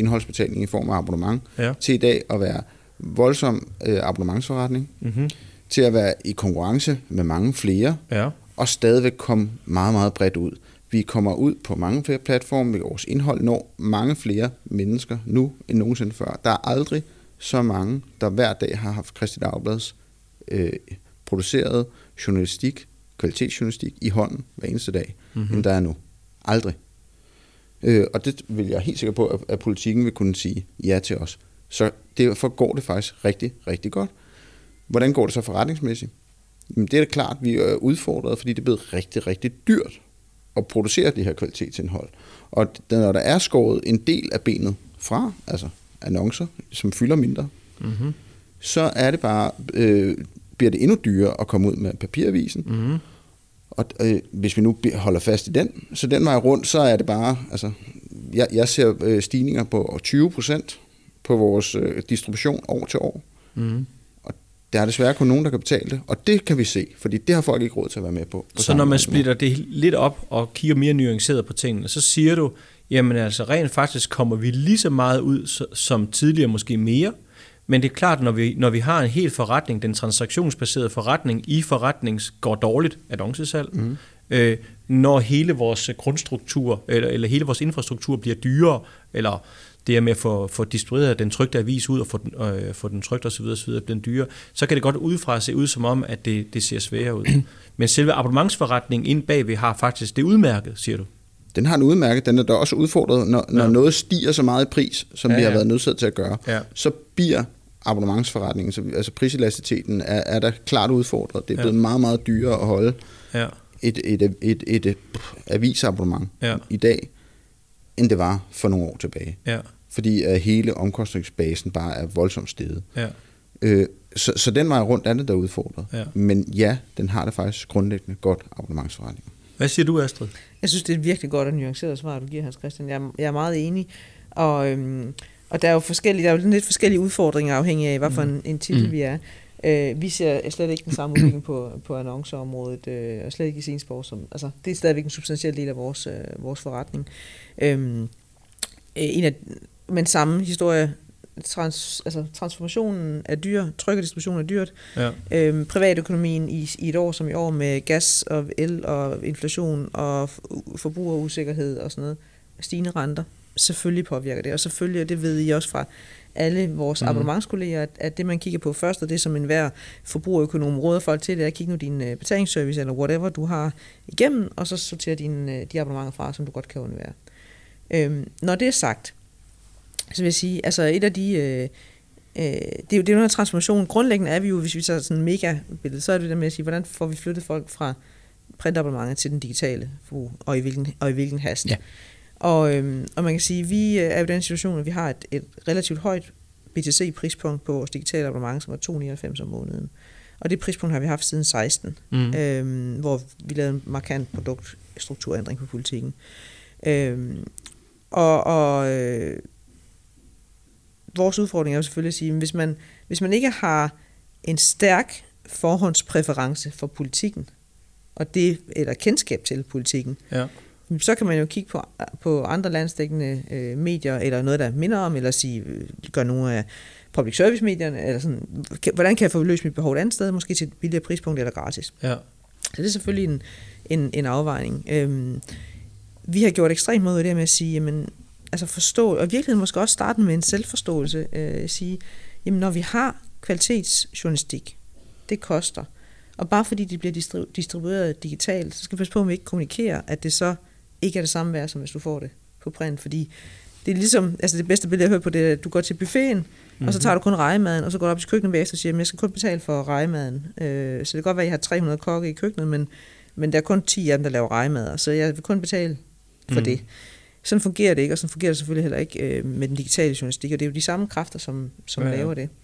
indholdsbetaling i form af abonnement, til i dag at være voldsom abonnementsforretning, til at være i konkurrence med mange flere, og stadigvæk komme meget, meget bredt ud. Vi kommer ud på mange flere platforme, vores indhold når mange flere mennesker nu end nogensinde før. Der er aldrig så mange, der hver dag har haft Kristeligt Dagblads produceret journalistik, kvalitetsjournalistik i hånden hver eneste dag, end der er nu. Aldrig. Og det vil jeg helt sikker på, at politikken vil kunne sige ja til os. Så derfor går det faktisk rigtig, rigtig godt. Hvordan går det så forretningsmæssigt? Jamen, det er da klart, at vi er udfordret, fordi det er blevet rigtig, rigtig dyrt at producere det her kvalitetsindhold. Og når der er skåret en del af benet fra, altså annoncer, som fylder mindre, så er det bare, bliver det endnu dyrere at komme ud med papiravisen. Og hvis vi nu holder fast i den, så den vej rundt, så er det bare, altså, jeg ser stigninger på 20% på vores distribution år til år. Og der er desværre kun nogen, der kan betale det, og det kan vi se, fordi det har folk ikke råd til at være med på.
Så når man splitter det lidt op og kigger mere nuanceret på tingene, så siger du, jamen altså rent faktisk kommer vi lige så meget ud som tidligere, måske mere, men det er klart, når vi har en hel forretning, den transaktionsbaserede forretning i går dårligt, annoncesalg, når hele vores grundstruktur, eller hele vores infrastruktur bliver dyrere, eller det er med at få distribueret den trykte avis ud og få den trykt osv. bliver dyrere, så kan det godt udefra se ud som om, at det ser sværere ud. Men selve abonnementsforretningen inde bagved har faktisk det udmærket, siger du?
Den har en udmærket, den er da også udfordret, når noget stiger så meget i pris, som vi har været nødsaget til at gøre, så bliver abonnementsforretningen, altså priselasticiteten er der klart udfordret. Det er blevet meget, meget dyrere at holde et avisabonnement i dag, end det var for nogle år tilbage. Fordi hele omkostningsbasen bare er voldsomt steget. Så den vej rundt er det der udfordret. Men ja, den har det faktisk grundlæggende godt abonnementsforretning.
Hvad siger du, Astrid?
Jeg synes, det er et virkelig godt og nuanceret svar, du giver, Hans Christian. Jeg er meget enig. Og der er jo lidt forskellige udfordringer afhængig af, hvad for en titel vi er. Vi ser slet ikke den samme udvikling på annonceområdet, og slet ikke i Sensborg. Altså, det er stadigvæk en substantiel del af vores forretning. Men samme historie, transformationen er dyr, tryk og distribution er dyrt. Privatøkonomien i et år som i år med gas og el og inflation og forbrugerusikkerhed og sådan noget, stigende renter, selvfølgelig påvirker det. Og selvfølgelig, og det ved I også fra alle vores abonnementskolleger, at det man kigger på først, og det som enhver forbrugerøkonom råder folk til, det er at kigge nu din betalingsservice eller whatever du har igennem, og så sortere de abonnementer fra, som du godt kan undvære. Når det er sagt, så vil jeg sige, altså et af de, det er jo noget transformation. Grundlæggende er vi jo, hvis vi tager sådan en mega-billede, så er det der med at sige, hvordan får vi flyttet folk fra printabonnementer til den digitale forbrug, og i hvilken hast. Ja. Og man kan sige, at vi er i den situation, at vi har et relativt højt BTC-prispunkt på vores digitale abonnement, som er 2,99 om måneden. Og det prispunkt har vi haft siden 16, hvor vi lavede en markant produktstrukturændring på politikken. Vores udfordring er jo selvfølgelig at sige, at hvis man ikke har en stærk forhåndspræference for politikken, eller kendskab til politikken, så kan man jo kigge på andre landsdækkende medier, eller noget, der minder om, eller sige, gør nogle af public service medierne, eller sådan, hvordan kan jeg få løst mit behov et andet sted, måske til et billigere prispunkt eller gratis. Så det er selvfølgelig en afvejning. Vi har gjort ekstremt meget af det med at sige, jamen, altså forstå, og i virkeligheden måske også starte med en selvforståelse, sige, jamen når vi har kvalitetsjournalistik, det koster, og bare fordi de bliver distribueret digitalt, så skal vi passe på, at vi ikke kommunikerer, at det så ikke er det samme værd, som hvis du får det på print, fordi det er ligesom, altså det bedste billede, jeg hører på, det er, at du går til buffeten, og så tager du kun rejemaden, og så går du op i køkkenet bagefter og siger, at jeg skal kun betale for rejemaden. Så det kan godt være, at jeg har 300 kokke i køkkenet, men der er kun 10 af dem, der laver rejemader, så jeg vil kun betale for det. Sådan fungerer det ikke, og sådan fungerer det selvfølgelig heller ikke med den digitale journalistik, og det er jo de samme kræfter, som laver det.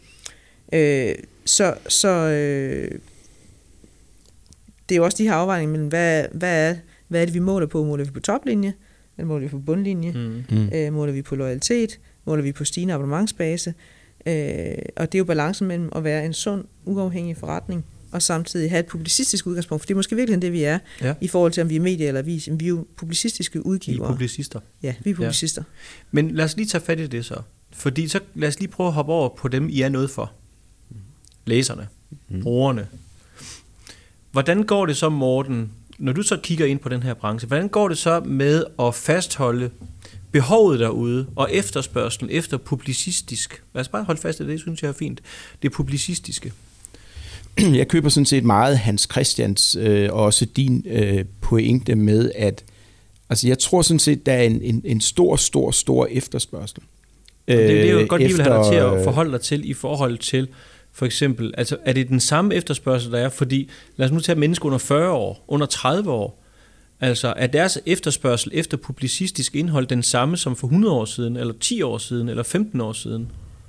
Det er jo også de her afvejninger mellem, hvad er det, vi måler på? Måler vi på toplinje? Eller måler vi på bundlinje? Måler vi på loyalitet? Måler vi på stigende abonnementsbase? Og det er jo balancen mellem at være en sund, uafhængig forretning, og samtidig have et publicistisk udgangspunkt, for det er måske virkelig det, vi er, i forhold til, om vi er medie eller avis. Vi er jo publicistiske udgivere.
I er publicister.
Ja, vi er publicister.
Ja. Men lad os lige tage fat i det så. Fordi så lad os lige prøve at hoppe over på dem, I er noget for. Læserne. brugerne. Hvordan går det så, Morten, når du så kigger ind på den her branche, hvordan går det så med at fastholde behovet derude og efterspørgselen efter publicistisk? Lad os bare holde fast i det, synes jeg er fint. Det publicistiske.
Jeg køber sådan set meget Hans Christians og også din pointe med, at altså jeg tror sådan set, der er en stor efterspørgsel.
Det er jo godt, vi vil have dig til at forholde dig til i forhold til, for eksempel, altså er det den samme efterspørgsel, der er? Fordi lad os nu tage mennesker under 40 år, under 30 år. Altså er deres efterspørgsel efter publicistisk indhold den samme som for 100 år siden, eller 10 år siden, eller 15 år siden?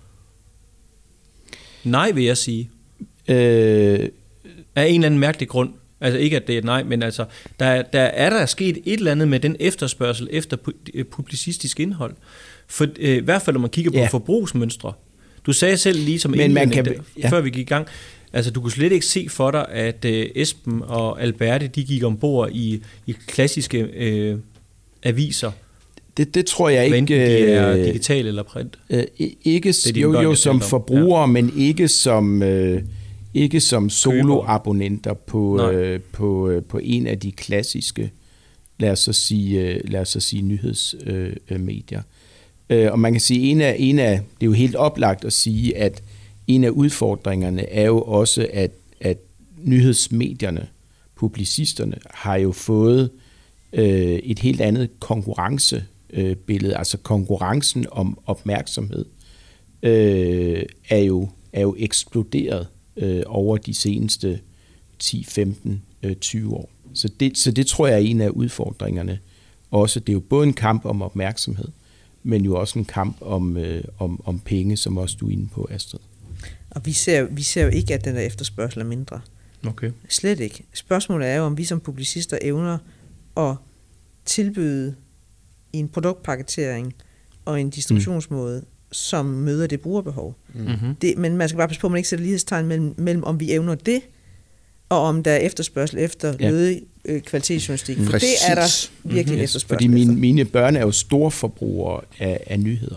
Nej, vil jeg sige. Af en eller anden mærkelig grund. Altså ikke, at det er et nej, men altså, der er sket et eller andet med den efterspørgsel efter publicistisk indhold. For i hvert fald, når man kigger på forbrugsmønstre. Du sagde selv lige som før vi gik i gang, altså du kunne slet ikke se for dig, at Esben og Alberte, de gik ombord i klassiske aviser.
Det tror jeg ikke.
Enten de er digital eller print.
Ikke jo som forbrugere, men ikke som soloabonnenter på en af de klassiske, lad os så sige nyhedsmedier. Og man kan sige, det er jo helt oplagt at sige, at en af udfordringerne er jo også, at nyhedsmedierne, publicisterne, har jo fået et helt andet konkurrencebillede. Altså konkurrencen om opmærksomhed er jo eksploderet over de seneste 10, 15, 20 år. Så det tror jeg er en af udfordringerne. Også, det er jo både en kamp om opmærksomhed, men jo også en kamp om penge, som også du er inde på, Astrid.
Og vi ser jo ikke, at den der efterspørgsel er mindre.
Okay.
Slet ikke. Spørgsmålet er jo, om vi som publicister evner at tilbyde en produktpaketering og en distributionsmåde, som møder det brugerbehov. Mm-hmm. Men man skal bare passe på, at man ikke sætter lighedstegn mellem om vi evner det, og om der er efterspørgsel efter lødig kvalitetsjournalistik. For det er der virkelig efterspørgsel
fordi
efter.
Mine børn er jo store forbrugere af nyheder.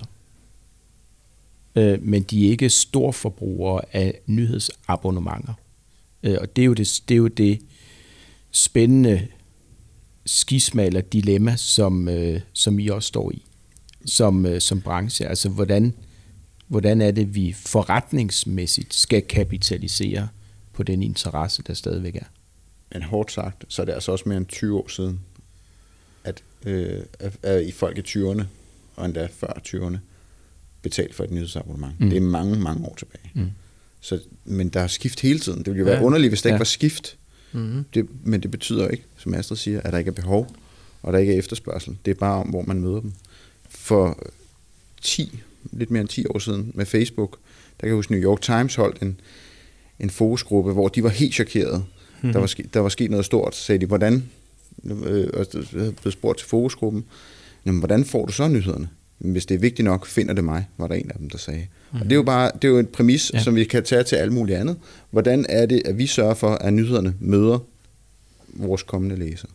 Men de er ikke store forbrugere af nyhedsabonnementer. Og det er jo det spændende skisma eller dilemma, som I også står i som branche. Altså hvordan er det, vi forretningsmæssigt skal kapitalisere på den interesse, der stadigvæk er.
Men hårdt sagt, så er det altså også mere end 20 år siden, at i folk i 20'erne, og endda før 20'erne, betalt for et nyhedsabonnement. Det er mange, mange år tilbage. Men der er skift hele tiden. Det ville jo være underligt, hvis der ikke var skift. Men det betyder ikke, som Astrid siger, at der ikke er behov, og der ikke er efterspørgsel. Det er bare om, hvor man møder dem. For lidt mere end 10 år siden med Facebook, der kan jeg huske, New York Times holdt en fokusgruppe, hvor de var helt chokerede. Der var sket noget stort. Så sagde de, hvordan? Og blev spurgt til fokusgruppen, jamen, hvordan får du så nyhederne? Hvis det er vigtigt nok, finder det mig, var der en af dem, der sagde. Og det er jo en præmis, som vi kan tage til alt muligt andet. Hvordan er det, at vi sørger for, at nyhederne møder vores kommende læsere?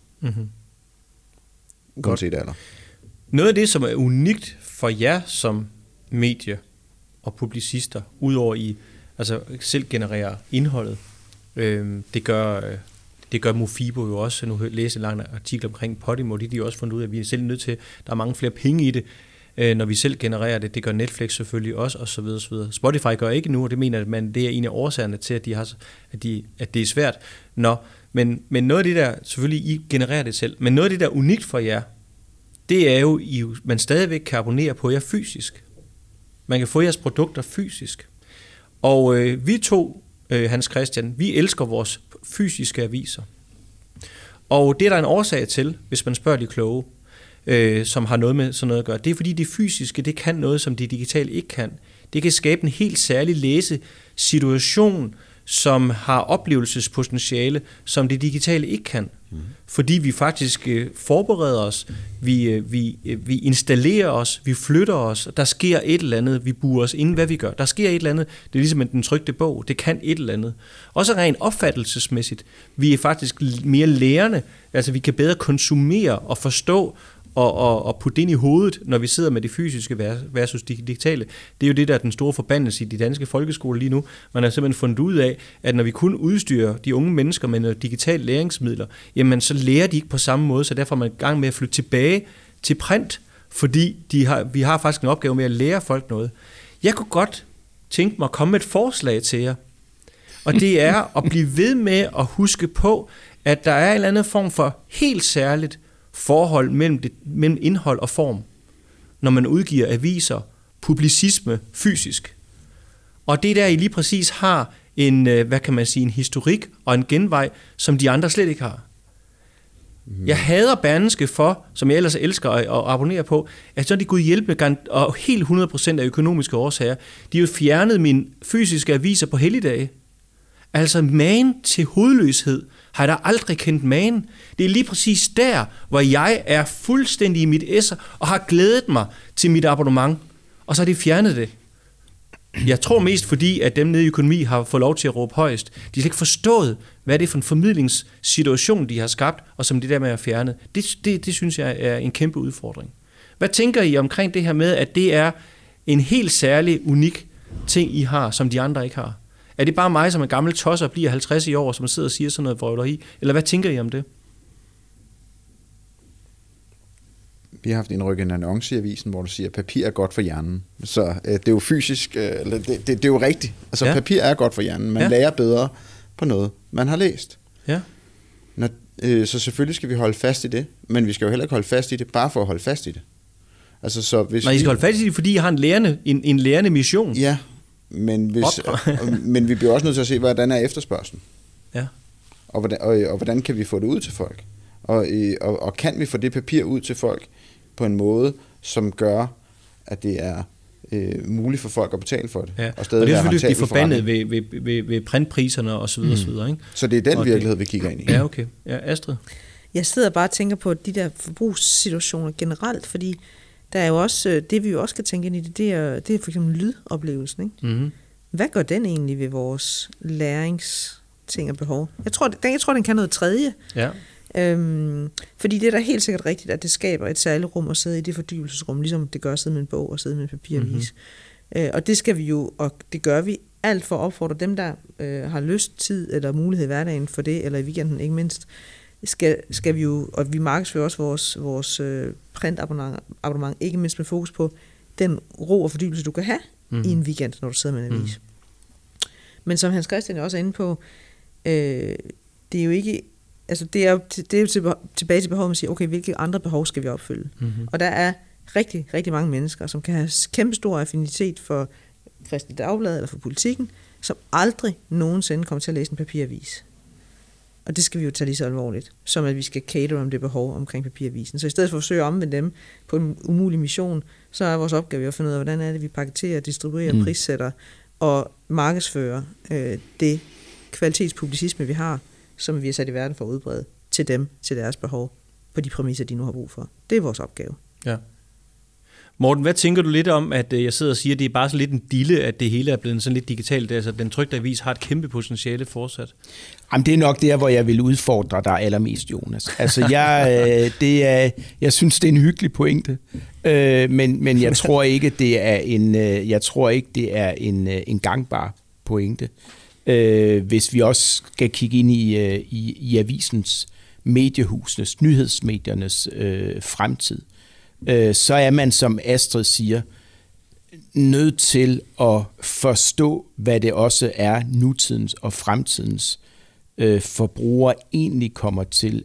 Godt set alder.
Noget af det, som er unikt for jer som medie og publicister, udover I altså selv genererer indholdet, det gør Mofibo jo også. Nu læser en lang artikel omkring Podimo, de har også fundet ud af, at vi er selv nødt til, der er mange flere penge i det, når vi selv genererer det. Det gør Netflix selvfølgelig også, og så videre, så videre. Spotify gør ikke nu, og det mener man, det er en af årsagerne til, at det er svært. Men noget af det der, selvfølgelig I genererer det selv, men noget af det der unikt for jer, det er jo, man stadigvæk kan abonnere på jer fysisk. Man kan få jeres produkter fysisk. Og vi to, Hans Christian, vi elsker vores fysiske aviser. Og det er der en årsag til, hvis man spørger de kloge, som har noget med sådan noget at gøre. Det er fordi det fysiske, det kan noget, som det digitale ikke kan. Det kan skabe en helt særlig læsesituation, som har oplevelsespotentiale, som det digitale ikke kan. Fordi vi faktisk forbereder os, vi installerer os, vi flytter os, der sker et eller andet, vi burer os inden, hvad vi gør. Der sker et eller andet, det er ligesom den trykte bog, det kan et eller andet. Også rent opfattelsesmæssigt, vi er faktisk mere lærende, altså vi kan bedre konsumere og forstå at putte det ind i hovedet, når vi sidder med det fysiske versus det digitale. Det er jo det, der er den store forbandelse i de danske folkeskoler lige nu. Man har simpelthen fundet ud af, at når vi kun udstyrer de unge mennesker med noget digitale læringsmidler, jamen så lærer de ikke på samme måde, så derfor er man i gang med at flytte tilbage til print, fordi vi har faktisk en opgave med at lære folk noget. Jeg kunne godt tænke mig at komme med et forslag til jer, og det er at blive ved med at huske på, at der er en eller anden form for helt særligt forhold mellem indhold og form, når man udgiver aviser, publicisme fysisk. Og det der, I lige præcis har en, en historik og en genvej, som de andre slet ikke har. Jeg hader Berlingske for, som jeg ellers elsker at abonnere på, at så er de gået hjælp med, og helt 100% af økonomiske årsager, de har jo fjernet mine fysiske aviser på helligdage. Altså magen til hovedløshed har jeg da aldrig kendt magen. Det er lige præcis der, hvor jeg er fuldstændig i mit esser og har glædet mig til mit abonnement. Og så har de fjernet det. Jeg tror mest fordi, at dem nede i økonomi har fået lov til at råbe højst. De har slet ikke forstået, hvad det er for en formidlingssituation, de har skabt, og som det der med at fjerne. Det synes jeg er en kæmpe udfordring. Hvad tænker I omkring det her med, at det er en helt særlig, unik ting, I har, som de andre ikke har? Er det bare mig, som en gammel tosser, bliver 50 i år, som sidder og siger sådan noget vrøvleri? Eller hvad tænker I om det?
Vi har haft indrykket en annonce i avisen, hvor du siger, at papir er godt for hjernen. Så det er jo fysisk, det er jo rigtigt. Altså papir er godt for hjernen. Man lærer bedre på noget, man har læst. Ja. Så selvfølgelig skal vi holde fast i det, men vi skal jo heller ikke holde fast i det, bare for at holde fast i det. Altså, så hvis
I skal holde fast i det, fordi I har en lærende mission.
Ja, men vi bliver også nødt til at se, hvordan er efterspørgslen. Ja. Og hvordan kan vi få det ud til folk? Og kan vi få det papir ud til folk på en måde, som gør, at det er muligt for folk at betale for det.
Ja. Og det er selvfølgelig de forbandet ved printpriserne og så videre, og så videre, ikke?
Så det er den virkelighed, vi kigger ind i.
Ja, okay. Ja, Astrid?
Jeg sidder bare og tænker på de der forbrugssituationer generelt, fordi der er jo også, det vi jo også skal tænke ind i det er for eksempel lydoplevelsen, ikke? Mm-hmm. Hvad gør den egentlig ved vores læringsting og behov? Jeg tror, den kan noget tredje. Ja. Fordi det er da helt sikkert rigtigt, at det skaber et særligt rum at sidde i, det fordybelsesrum, ligesom det gør at sidde med en bog og sidde med en papiravis. Mm-hmm. Og det skal vi jo, og det gør vi alt for at opfordre dem, der har lyst, tid eller mulighed i hverdagen for det, eller i weekenden ikke mindst, skal vi jo, og vi markedsfører også vores printabonnement, ikke mindst med fokus på den ro og fordybelse, du kan have i en weekend, når du sidder med en avis. Men som Hans Christian også er inde på, det er jo ikke, altså det er jo tilbage til behovet, man siger, okay, hvilke andre behov skal vi opfylde? Mm-hmm. Og der er rigtig, rigtig mange mennesker, som kan have kæmpe stor affinitet for Kristeligt Dagblad eller for Politikken, som aldrig nogensinde kommer til at læse en papiravis. Og det skal vi jo tage lige så alvorligt, som at vi skal cater om det behov omkring papiravisen. Så i stedet for at forsøge at omvende dem på en umulig mission, så er vores opgave at finde ud af, hvordan er det, vi paketerer, distribuerer, prissætter og markedsfører det kvalitetspublicisme, vi har, som vi har sat i verden for at udbrede til dem, til deres behov, på de præmisser, de nu har brug for. Det er vores opgave. Ja.
Morten, hvad tænker du lidt om, at jeg sidder og siger, at det er bare så lidt en dille, at det hele er blevet sådan lidt digitalt, altså den trykte avis har et kæmpe potentiale fortsat?
Jamen, det er nok der, hvor jeg vil udfordre dig allermest, Jonas. Altså, jeg synes, det er en hyggelig pointe, men jeg tror ikke, det er en gangbar pointe. Hvis vi også skal kigge ind i avisens, mediehusenes, nyhedsmediernes fremtid, så er man, som Astrid siger, nødt til at forstå, hvad det også er, nutidens og fremtidens forbrugere egentlig kommer til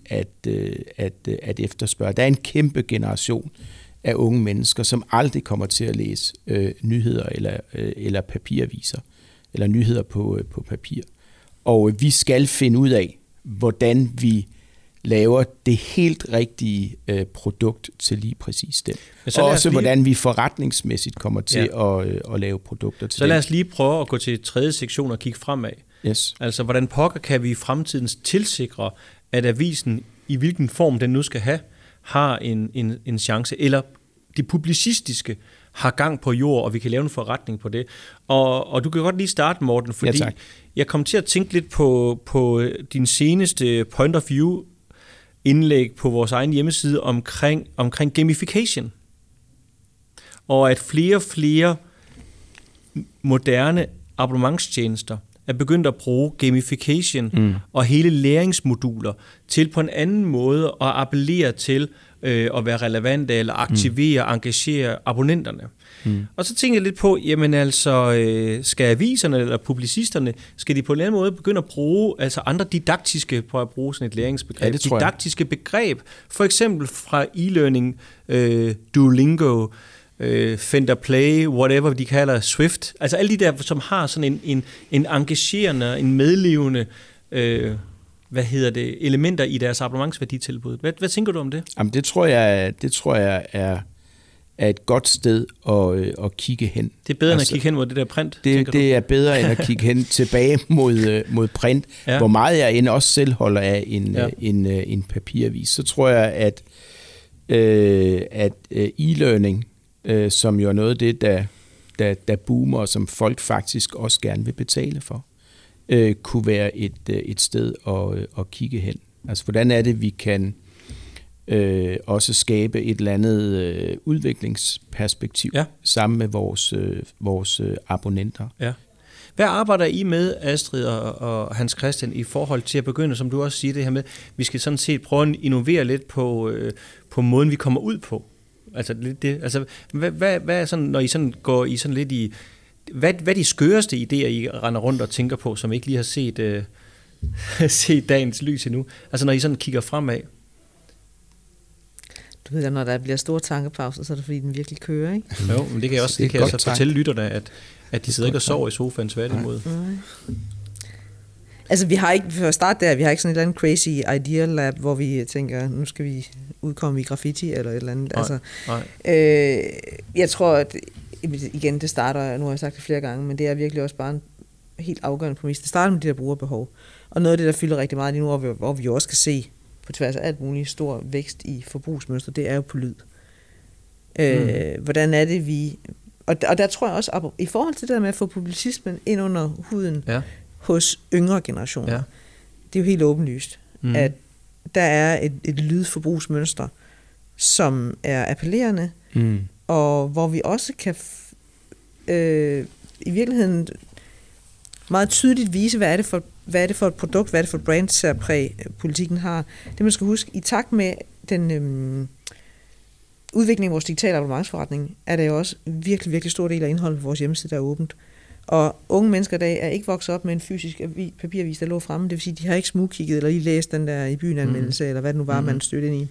at efterspørge. Der er en kæmpe generation af unge mennesker, som aldrig kommer til at læse nyheder eller papiraviser, eller nyheder på papir. Og vi skal finde ud af, hvordan vi laver det helt rigtige produkt til lige præcis det. Og også hvordan vi forretningsmæssigt kommer til at lave produkter til det.
Så lad os lige prøve at gå til tredje sektion og kigge fremad.
Yes.
Altså, hvordan pokker kan vi i fremtiden tilsikre, at avisen, i hvilken form den nu skal have, har en chance, eller det publicistiske har gang på jord, og vi kan lave en forretning på det. Og du kan godt lige starte, Morten, fordi jeg kom til at tænke lidt på din seneste point of view, indlæg på vores egen hjemmeside omkring gamification. Og at flere og flere moderne abonnementstjenester er begyndt at bruge gamification og hele læringsmoduler til på en anden måde at appellere til at være relevante eller aktivere, engagere abonnenterne. Og så tænker jeg lidt på, jamen altså, skal aviserne eller publicisterne, skal de på en eller anden måde begynde at bruge altså andre didaktiske, på at bruge sådan et læringsbegreb, didaktiske begreb, for eksempel fra e-learning, Duolingo, Fender Play, whatever de kalder Swift, altså alle de der, som har sådan en engagerende, en medlevende elementer i deres abonnementsværditilbud. Hvad tænker du om det?
Jamen, det tror jeg er et godt sted at kigge hen.
Det er bedre end at kigge hen mod det der print?
Det er bedre end at kigge hen tilbage mod print, hvor meget jeg end også selv holder af en papiravis. Så tror jeg, at e-learning, som jo er noget af det, der boomer, og som folk faktisk også gerne vil betale for, kunne være et sted at kigge hen. Altså, hvordan er det, vi kan også skabe et eller andet udviklingsperspektiv sammen med vores abonnenter. Ja.
Hvad arbejder I med, Astrid og Hans Christian, i forhold til at begynde, som du også siger, det her med, vi skal sådan set prøve at innovere lidt på måden, vi kommer ud på? Altså, hvad er sådan, når I sådan går i sådan lidt i... Hvad er de skøreste idéer, I render rundt og tænker på, som ikke lige har set dagens lys endnu? Altså, når I sådan kigger fremad?
Du ved, når der bliver store tankepauser, så er det fordi, den virkelig kører, ikke?
Jo, men det kan jeg også fortælle lytterne, at de sidder ikke og sover i sofaen tværtimod.
Altså, vi har ikke, for at starte der, vi har ikke sådan et eller andet crazy idea lab, hvor vi tænker, nu skal vi udkomme i graffiti eller et eller andet. Jeg tror, at igen, det starter, nu har jeg sagt det flere gange, men det er virkelig også bare en helt afgørende præmis. Det starter med de der brugerbehov. Og noget af det, der fylder rigtig meget lige nu, hvor vi også kan se på tværs af alt muligt stor vækst i forbrugsmønster, det er jo på lyd. Hvordan er det, vi... Og der tror jeg også, i forhold til det der med at få publicismen ind under huden hos yngre generationer, det er jo helt åbenlyst, at der er et lydforbrugsmønster, som er appellerende, og hvor vi også kan i virkeligheden meget tydeligt vise, hvad er det for et produkt, hvad er det for et brandsærpræg, politikken har. Det man skal huske, i takt med den udvikling af vores digitale abonnementsforretning, er der jo også virkelig, virkelig stor del af indholdet på vores hjemmeside, der er åbent. Og unge mennesker i dag er ikke vokset op med en fysisk papiravis, der lå fremme. Det vil sige, de har ikke smugkigget eller lige læst den der i byen anmeldelse, eller hvad det nu var, man stødte ind i.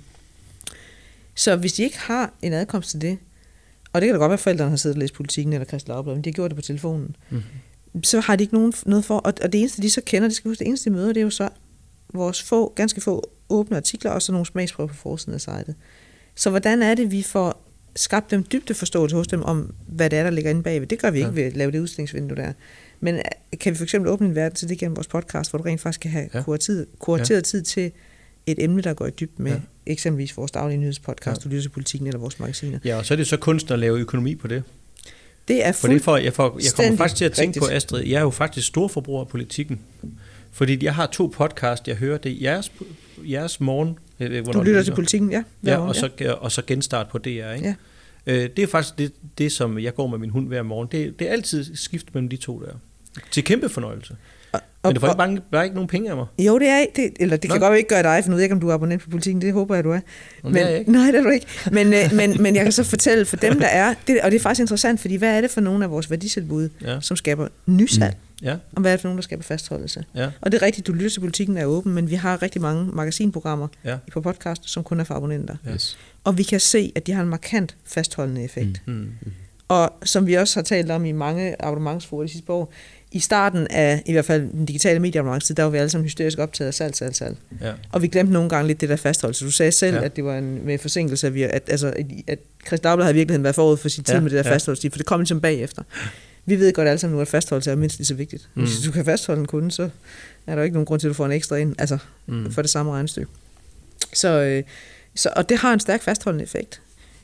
Så hvis de ikke har en adkomst til det, og det kan da godt være, at forældrene har siddet og læst Politikken eller Kristeligt Dagblad, men de har gjort det på telefonen, så har de ikke noget for, og det eneste, de så kender, det skal huske, det eneste, de møder, det er jo så vores ganske få åbne artikler, og så nogle smagsprøver på forsiden af sitet. Så hvordan er det, vi får skabt dem dybdeforståelse hos dem om, hvad det er, der ligger inde bagved? Det gør vi ikke ved at lave det udstillingsvindue der. Men kan vi for eksempel åbne en verden til det gennem vores podcast, hvor du rent faktisk kan have kurateret tid til et emne, der går i dybden med eksempelvis vores daglige nyhedspodcast, du lytter til Politikken eller vores magasiner. Ja,
og så er det så kunst at lave økonomi på det.
Det er
jeg kommer faktisk til at tænke på, Astrid, jeg er jo faktisk storforbruger af Politikken. Fordi jeg har 2 podcast, jeg hører, det er jeres morgen.
Du lytter til Politikken,
og så genstart på DR, ikke? Ja. Det er faktisk det, som jeg går med min hund hver morgen. Det er altid skift mellem de 2 der. Til kæmpe fornøjelse. Men det får bare ikke nogen penge af mig.
Jo, det er eller det kan godt ikke gøre dig, for nu ved jeg ikke, om du er abonnent på Politikken, det håber jeg, du er.
Men, det er jeg ikke.
Nej, det er du ikke. Men jeg kan så fortælle for dem, der er, og det er faktisk interessant, fordi hvad er det for nogle af vores værditilbud, som skaber nysalg? Ja. Og hvad er det for nogen, der skaber fastholdelse? Ja. Og det er rigtigt, du lytter til Politikken er åben, men vi har rigtig mange magasinprogrammer på podcast, som kun er for abonnenter. Yes. Og vi kan se, at de har en markant fastholdende effekt. Og som vi også har talt om i mange abonnementsforer de sidste år, i starten af i hvert fald den digitale medieabonnementstid, der var vi alle sammen hysterisk optaget af salg. Ja. Og vi glemte nogle gange lidt det der fastholdelse. Du sagde selv, at det var med forsinkelse, at Kristeligt Dagblad havde i virkeligheden været forud for sin tid med det der fastholdelse, for det kom ligesom bagefter. Vi ved godt alle sammen nu, at fastholdelse er mindst lige så vigtigt. Hvis du kan fastholde en kunde, så er der ikke nogen grund til, at du får en ekstra ind, for det samme regnestykke. Og det har en stærk fastholdende effekt.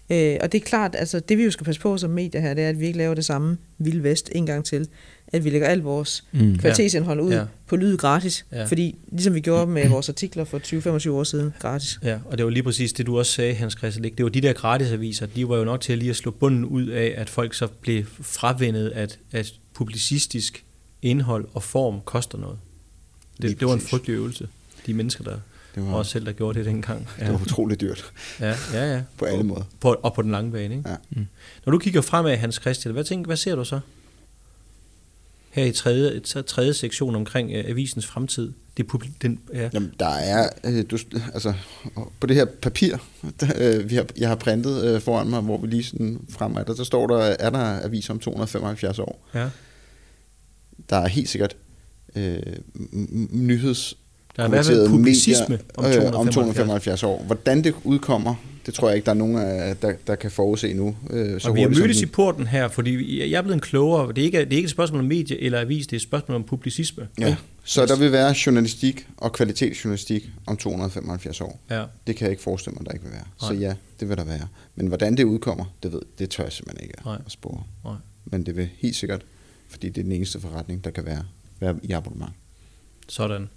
Og det er klart, altså det vi jo skal passe på som medier her, det er, at vi ikke laver det samme Vild Vest en gang til. At vi lægger alt vores kvalitetsindhold ud på lyd gratis. Ja. Fordi ligesom vi gjorde med vores artikler for 20-25 år siden, gratis.
Ja, og det var lige præcis det, du også sagde, Hans Christian. Det var de der gratisaviser, de var jo nok til at lige at slå bunden ud af, at folk så blev fravendet, at publicistisk indhold og form koster noget. Det var en frygtelig øvelse. De mennesker, der også selv der gjorde det dengang.
Ja. Det var utroligt dyrt.
Ja.
På alle måder.
Og på den lange bane, ikke? Ja. Når du kigger fremad, Hans Christian, hvad ser du så? Her i tredje sektion omkring avisens fremtid.
Jamen, der er, på det her papir, jeg har printet foran mig, hvor vi lige sådan fremad, der står der, er der avis om 275 år. Ja. Der er helt sikkert nyheds
der er i hvert fald publicisme
om 275 år. Hvordan det udkommer, det tror jeg ikke, der er nogen, der kan forudse nu.
Og vi har mødtes i porten her, fordi jeg er blevet en klogere. Det er ikke et spørgsmål om medie eller avis, det er et spørgsmål om publicisme.
Ja. Så der vil være journalistik og kvalitetsjournalistik om 275 år. Ja. Det kan jeg ikke forestille mig, der ikke vil være. Nej. Så ja, det vil der være. Men hvordan det udkommer, det tør jeg simpelthen ikke at spore. Nej. Men det vil helt sikkert, fordi det er den eneste forretning, der kan være i abonnement.
Sådan.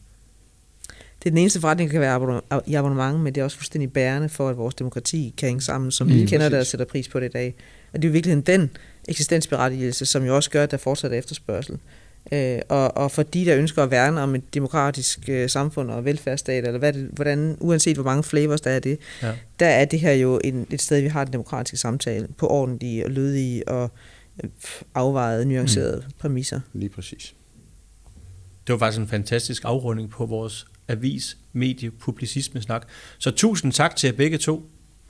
Det er den eneste forretning, der kan være i abonnement, men det er også fuldstændig bærende for, at vores demokrati kan hænge sammen, som vi kender det og sætter pris på det i dag. Og det er jo virkelig den eksistensberettigelse, som jo også gør, at der fortsat er efterspørgsel. Og for de, der ønsker at værne om et demokratisk samfund og velfærdsstat, eller hvordan, uanset hvor mange flavors der er det, der er det her jo et sted, vi har den demokratiske samtale på ordentlige og lødige og afvejede, nuancerede præmisser.
Lige præcis.
Det var faktisk en fantastisk afrunding på vores avis, medie, publicisme-snak. Så tusind tak til jer begge to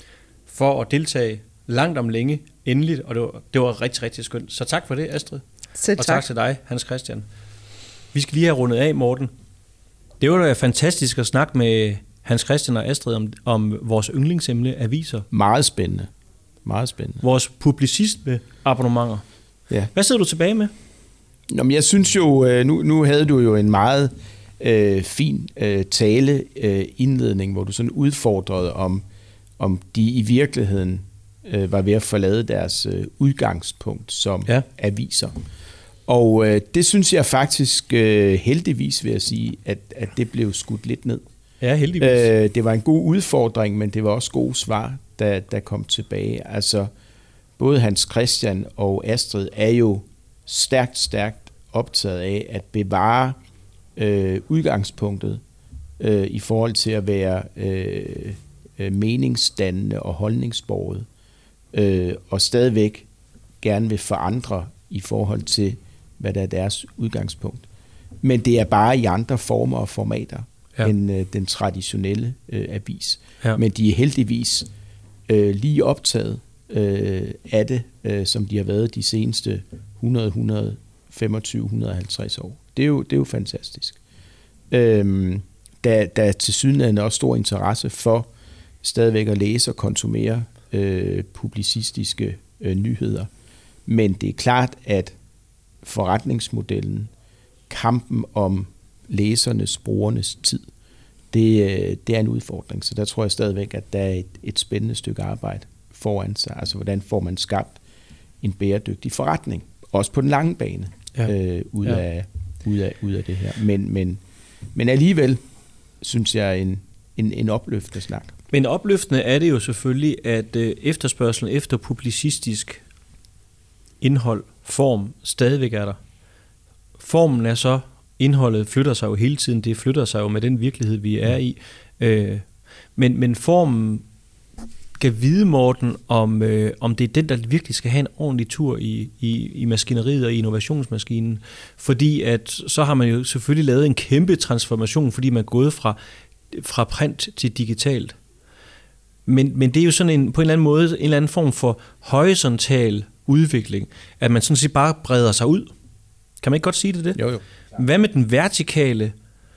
for at deltage langt om længe, endeligt, og det var rigtig, rigtig skønt. Så tak for det, Astrid. Og tak til dig, Hans Christian. Vi skal lige have rundet af, Morten. Det var da fantastisk at snakke med Hans Christian og Astrid om vores yndlingsemne aviser.
Meget spændende. Meget spændende.
Vores publicisme-abonnementer. Ja. Hvad sidder du tilbage med?
Nå, men jeg synes jo, nu havde du jo en meget fin indledning, hvor du sådan udfordrede om de i virkeligheden var ved at forlade deres udgangspunkt som aviser. Og det synes jeg faktisk heldigvis, vil jeg sige, at det blev skudt lidt ned.
Ja, heldigvis.
Det var en god udfordring, men det var også gode svar, der kom tilbage. Altså, både Hans Christian og Astrid er jo stærkt optaget af at bevare udgangspunktet i forhold til at være meningsdannende og holdningsborget, og stadigvæk gerne vil forandre i forhold til, hvad der er deres udgangspunkt. Men det er bare i andre former og formater end den traditionelle avis. Ja. Men de er heldigvis lige optaget af det, som de har været de seneste 100, 125, 150 år. Det er jo fantastisk. Der er tilsyneladende også stor interesse for stadigvæk at læse og konsumere publicistiske nyheder. Men det er klart, at forretningsmodellen, kampen om læsernes, brugernes tid, det er en udfordring. Så der tror jeg stadigvæk, at der er et spændende stykke arbejde foran sig. Altså, hvordan får man skabt en bæredygtig forretning? Også på den lange bane, ud af det her. Men alligevel, synes jeg, en opløftende snak.
Men opløftende er det jo selvfølgelig, at efterspørgselen efter publicistisk indhold, form, stadigvæk er der. Formen er så, indholdet flytter sig jo hele tiden, det flytter sig jo med den virkelighed, vi er i. Men formen skal vide, Morten, om det er den, der virkelig skal have en ordentlig tur i maskineriet og i innovationsmaskinen. Fordi at så har man jo selvfølgelig lavet en kæmpe transformation, fordi man er gået fra print til digitalt. Men det er jo sådan på en eller anden måde en eller anden form for horisontal udvikling, at man sådan set bare breder sig ud. Kan man ikke godt sige det?
Jo.
Hvad med den vertikale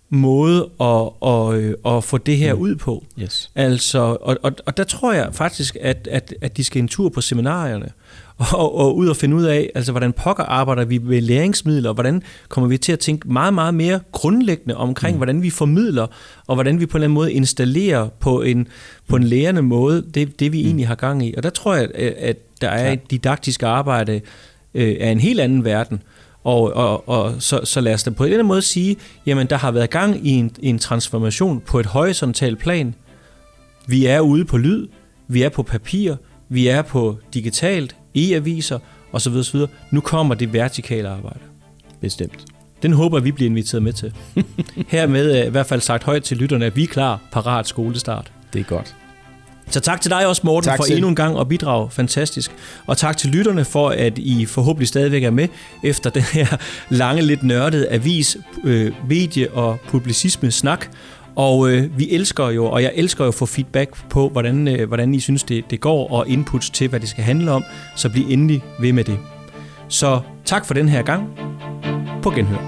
måde at få det her ud på.
Yes.
Altså, og der tror jeg faktisk, at de skal en tur på seminarierne og ud og finde ud af, altså hvordan pokker arbejder vi med læringsmidler, og hvordan kommer vi til at tænke meget, meget mere grundlæggende omkring, hvordan vi formidler, og hvordan vi på en eller anden måde installerer på en lærende måde, det vi egentlig har gang i. Og der tror jeg, at der er et didaktisk arbejde af en helt anden verden, og så lad os da på en eller anden måde sige, jamen der har været gang i en transformation på et horisontalt plan. Vi er ude på lyd, vi er på papir, vi er på digitalt, e-aviser osv. osv. Nu kommer det vertikale arbejde.
Bestemt.
Den håber vi bliver inviteret med til. Hermed i hvert fald sagt højt til lytterne, at vi er klar, parat skolestart.
Det er godt.
Så tak til dig også, Morten, for endnu en gang at bidrage. Fantastisk. Og tak til lytterne for, at I forhåbentlig stadigvæk er med efter den her lange, lidt nørdede avis, medie- og publicisme-snak. Og vi elsker jo, og jeg elsker jo at få feedback på, hvordan I synes, det går, og inputs til, hvad det skal handle om. Så bliv endelig ved med det. Så tak for den her gang. På genhør.